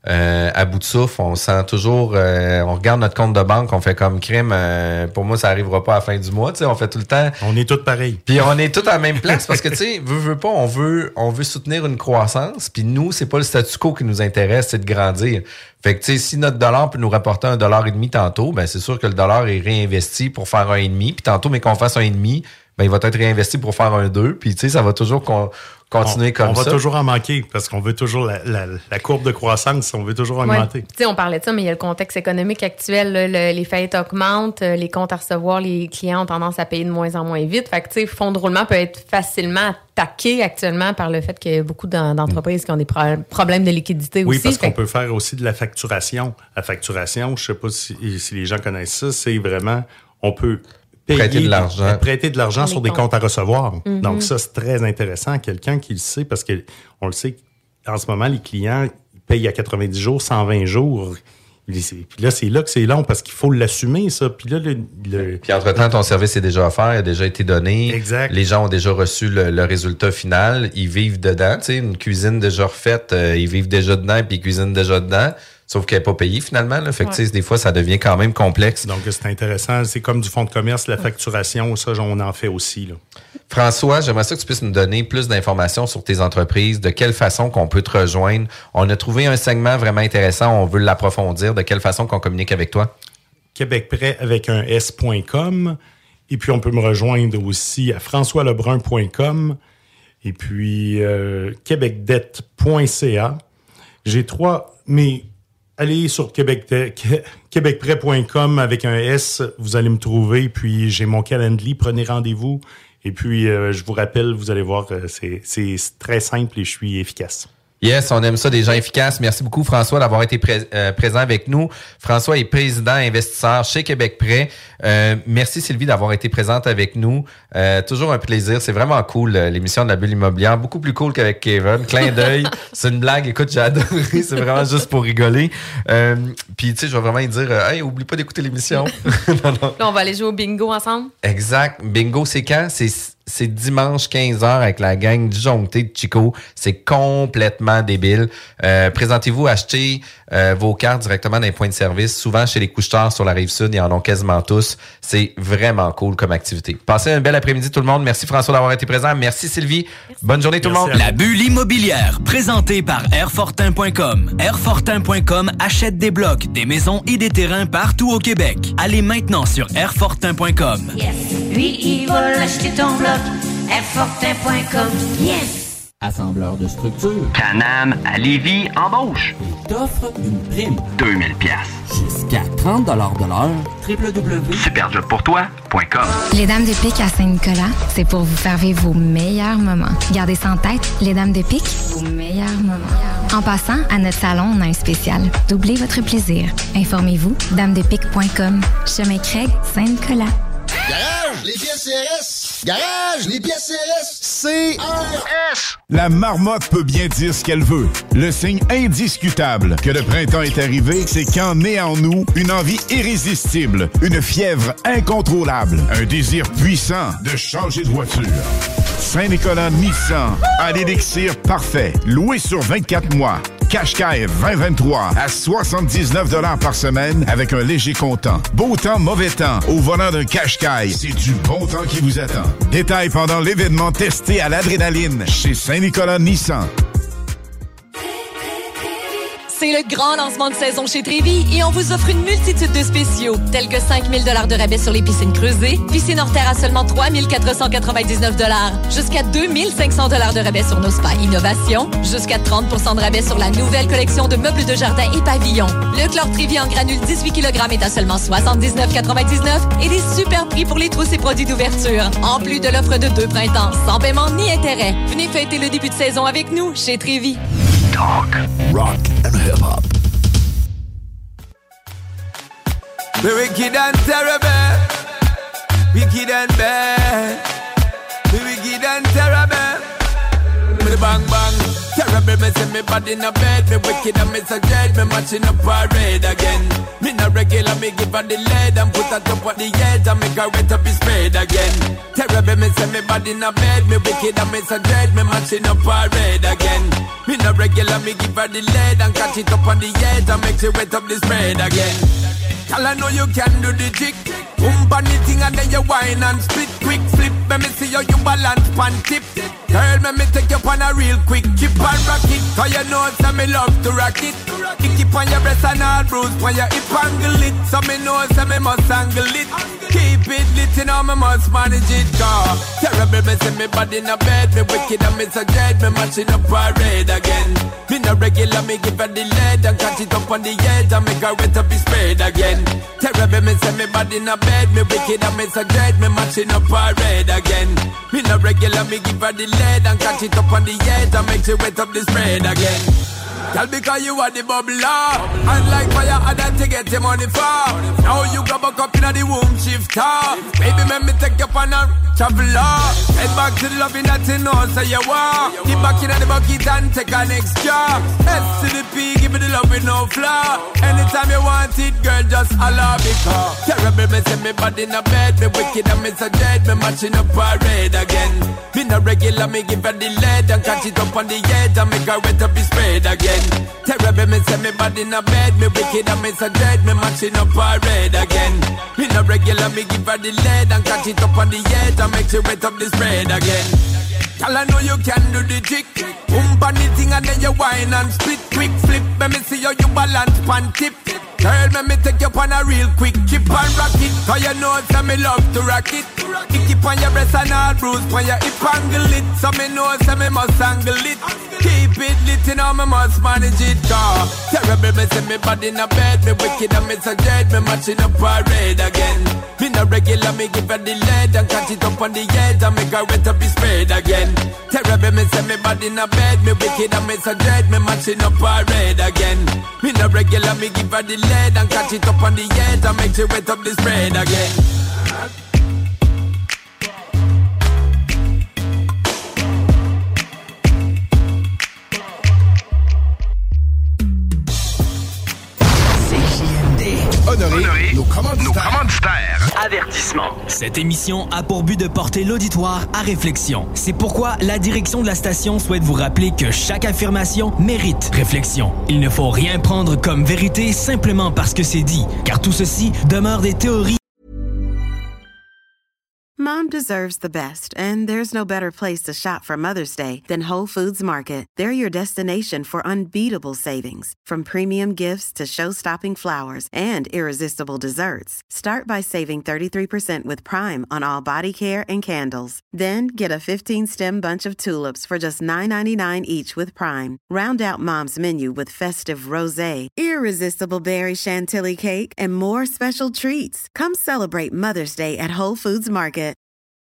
à bout de souffle. On sent toujours, on regarde notre compte de banque, on fait comme crime. Pour moi, ça arrivera pas à la fin du mois. Tu sais, on fait tout le temps. On est tous pareils. Puis on est tous à la même place parce que tu sais, veut pas, on veut soutenir une croissance. Puis nous, c'est pas le statu quo qui nous intéresse, c'est de grandir. Fait que tu sais, si notre dollar peut nous rapporter $1,50 tantôt, ben c'est sûr que le dollar est réinvesti pour faire 1,5. Puis tantôt, mais qu'on fasse 1,5, ben il va être réinvesti pour faire 1,2. Puis tu sais, ça va toujours continuer comme ça. On va toujours en manquer parce qu'on veut toujours la courbe de croissance, on veut toujours augmenter. Tu sais, on parlait de ça, mais il y a le contexte économique actuel. Là, les faillites augmentent, les comptes à recevoir, les clients ont tendance à payer de moins en moins vite. Fait que tu sais, fonds de roulement peut être facilement attaqué actuellement par le fait qu'il y a beaucoup d'entreprises qui ont des problèmes de liquidité aussi. Oui, parce qu'on peut faire aussi de la facturation. La facturation, je sais pas si les gens connaissent ça, c'est vraiment, on peut prêter de l'argent sur des comptes à recevoir. Mm-hmm. Donc ça, c'est très intéressant à quelqu'un qui le sait, parce que on le sait, en ce moment, les clients ils payent à 90 jours, 120 jours. Puis là, c'est là que c'est long, parce qu'il faut l'assumer, ça. Puis là, Puis entre-temps, ton service est déjà offert, il a déjà été donné. Exact. Les gens ont déjà reçu le résultat final. Ils vivent dedans. Tu sais, une cuisine déjà refaite, ils vivent déjà dedans, puis ils cuisinent déjà dedans. Sauf qu'elle n'est pas payée finalement. Là. Fait que, tu sais, des fois, ça devient quand même complexe. Donc, c'est intéressant. C'est comme du fonds de commerce, la facturation, ça, on en fait aussi. Là. François, j'aimerais ça que tu puisses nous donner plus d'informations sur tes entreprises, de quelle façon qu'on peut te rejoindre. On a trouvé un segment vraiment intéressant, on veut l'approfondir. De quelle façon qu'on communique avec toi? QuébecPrêt avec un S.com. Et puis, on peut me rejoindre aussi à françoislebrun.com et puis québecdette.ca. J'ai 3... mais allez sur québecprêt.com avec un S, vous allez me trouver, puis j'ai mon calendrier, prenez rendez-vous, et puis je vous rappelle, vous allez voir, c'est très simple et je suis efficace. Yes, on aime ça, des gens efficaces. Merci beaucoup, François, d'avoir été présent avec nous. François est président investisseur chez QuébecPrêt. Merci, Sylvie, d'avoir été présente avec nous. Toujours un plaisir. C'est vraiment cool, l'émission de la bulle immobilière. Beaucoup plus cool qu'avec Kevin. Clin d'œil. C'est une blague. Écoute, j'ai adoré. C'est vraiment juste pour rigoler. Puis, tu sais, je vais vraiment lui dire, hey, oublie pas d'écouter l'émission. Non. Là, on va aller jouer au bingo ensemble. Exact. Bingo, c'est quand? C'est dimanche 15h avec la gang disjonctée de Chico. C'est complètement débile. Présentez-vous, achetez vos cartes directement dans les points de service. Souvent, chez les couche-tard sur la Rive-Sud, ils en ont quasiment tous. C'est vraiment cool comme activité. Passez un bel après-midi tout le monde. Merci François d'avoir été présent. Merci Sylvie. Merci. Bonne journée tout le monde. La bulle immobilière, présentée par Airfortin.com. Airfortin.com achète des blocs, des maisons et des terrains partout au Québec. Allez maintenant sur Airfortin.com. Yes. Lui, il va l'acheter ton bloc. Airfortin.com. Yes! Assembleur de structure. Can-Am à Lévis embauche. Il t'offre une prime. 2000$. Jusqu'à 30$ de l'heure. www.superjobpourtoi.com. Les Dames de Pique à Saint-Nicolas, c'est pour vous faire vivre vos meilleurs moments. Gardez ça en tête, les Dames de Pique, vos meilleurs moments. En passant, à notre salon, on a un spécial. Doublez votre plaisir. Informez-vous, damedepique.com. Chemin Craig, Saint-Nicolas. Garage, les pièces CRS! Garage, les pièces CRS! CRS! La marmotte peut bien dire ce qu'elle veut. Le signe indiscutable que le printemps est arrivé, c'est quand naît en nous une envie irrésistible, une fièvre incontrôlable, un désir puissant de changer de voiture. Saint-Nicolas Nissan a l'élixir parfait, loué sur 24 mois. Qashqai 2023 à 79$ par semaine avec un léger comptant. Beau temps, mauvais temps. Au volant d'un Qashqai, c'est du bon temps qui vous attend. Détails pendant l'événement testé à l'adrénaline chez Saint-Nicolas Nissan. C'est le grand lancement de saison chez Trévi et on vous offre une multitude de spéciaux, tels que 5 000 $ de rabais sur les piscines creusées, piscine hors terre à seulement 3 499 $, jusqu'à 2 500 $ de rabais sur nos spas innovation, jusqu'à 30 % de rabais sur la nouvelle collection de meubles de jardin et pavillons. Le chlore Trévi en granule 18 kg est à seulement 79,99 et des super prix pour les trousses et produits d'ouverture. En plus de l'offre de 2 printemps, sans paiement ni intérêt. Venez fêter le début de saison avec nous chez Trévi. Talk, rock and hip-hop. We're wicked and terrible, wicked and bad. We're wicked and terrible. Me bang bang, terrible. Me say me body in a bed. Me wicked and me so dread. Me matching up parade again. Me not regular, me give her the lead and put her top of the edge and make her wet up his spade again. Terrible, Terrible, me say me body in a bed. Me wicked and me so dread. Me matching up her red again. Me no regular, me give her the lead and catch it up on the edge and make she wet up the spread again. Girl, I know you can do the trick. On the thing and then you whine and split. Quick flip, let me see how you balance pan tip. Girl, let me take you on a real quick chip and rock it. Cause you know say me love to rock it. Kick it on your breast and all bruise on your hip angle it. So me know say me must angle it. Keep it lit, you know me must manage it. Cause terrible, me say me body in a bed. Me wicked and me so dread. Me matching up her red again. Me no regular, me give her the lead and catch it up on the edge and make her wet up his spread again. Terrible, me say me body in a bed. Me wicked and me so dread. Me matching up her red again. Me no regular, me give her the lead and catch it up on the edge and make she wet up the spread again. Girl, because you are the bubbler. And like fire, I done to get your money for. Now you grab a cup in the womb shifter. Baby, let me take you on a traveler. Head back to the loving that you know, so you walk. Get back in the bucket and take an extra. S to the P, give me the love with no flaw. Anytime you want it, girl, just holla because terrible, me say me body in a bed. Me wicked and me so dead. Me matching up her red again. Me no regular, me give her the lead and catch it up on the edge and make her wet up his spread again. Terrible, me say me body in a bed. Me wicked and me so dread. Me matching up her red again. Me no regular, me give her the lead and catch it up on the edge and make she wet up the spread again. Girl, I know you can do the trick. On the thing and then you whine and split. Quick flip, let me see how you balance pan tip. Girl, let me take you on a real quick chip and rock it. Cause you know say me love to rock it. Kick it on your breast and all bruise on your hip angle it. So me know say me must angle it. Keep it lit, you know me must manage it. Cause terrible, me say me body in a bed. Me wicked and me so dread. Me matching up her red again. Me no regular, me give her the lead and catch it up on the edge and make her wet up his spread again. Terrible, me say me body in a bed. Me wicked and me so dread. Me matching up her red again. Me no regular, me give her the lead and catch it up on the edge and make she wet up the spread again. Honorer nos commanditaires. Avertissement. Cette émission a pour but de porter l'auditoire à réflexion. C'est pourquoi la direction de la station souhaite vous rappeler que chaque affirmation mérite réflexion. Il ne faut rien prendre comme vérité simplement parce que c'est dit, car tout ceci demeure des théories. Mom deserves the best, and there's no better place to shop for Mother's Day than Whole Foods Market. They're your destination for unbeatable savings, from premium gifts to show-stopping flowers and irresistible desserts. Start by saving 33% with Prime on all body care and candles. Then get a 15-stem bunch of tulips for just $9.99 each with Prime. Round out Mom's menu with festive rosé, irresistible berry chantilly cake, and more special treats. Come celebrate Mother's Day at Whole Foods Market.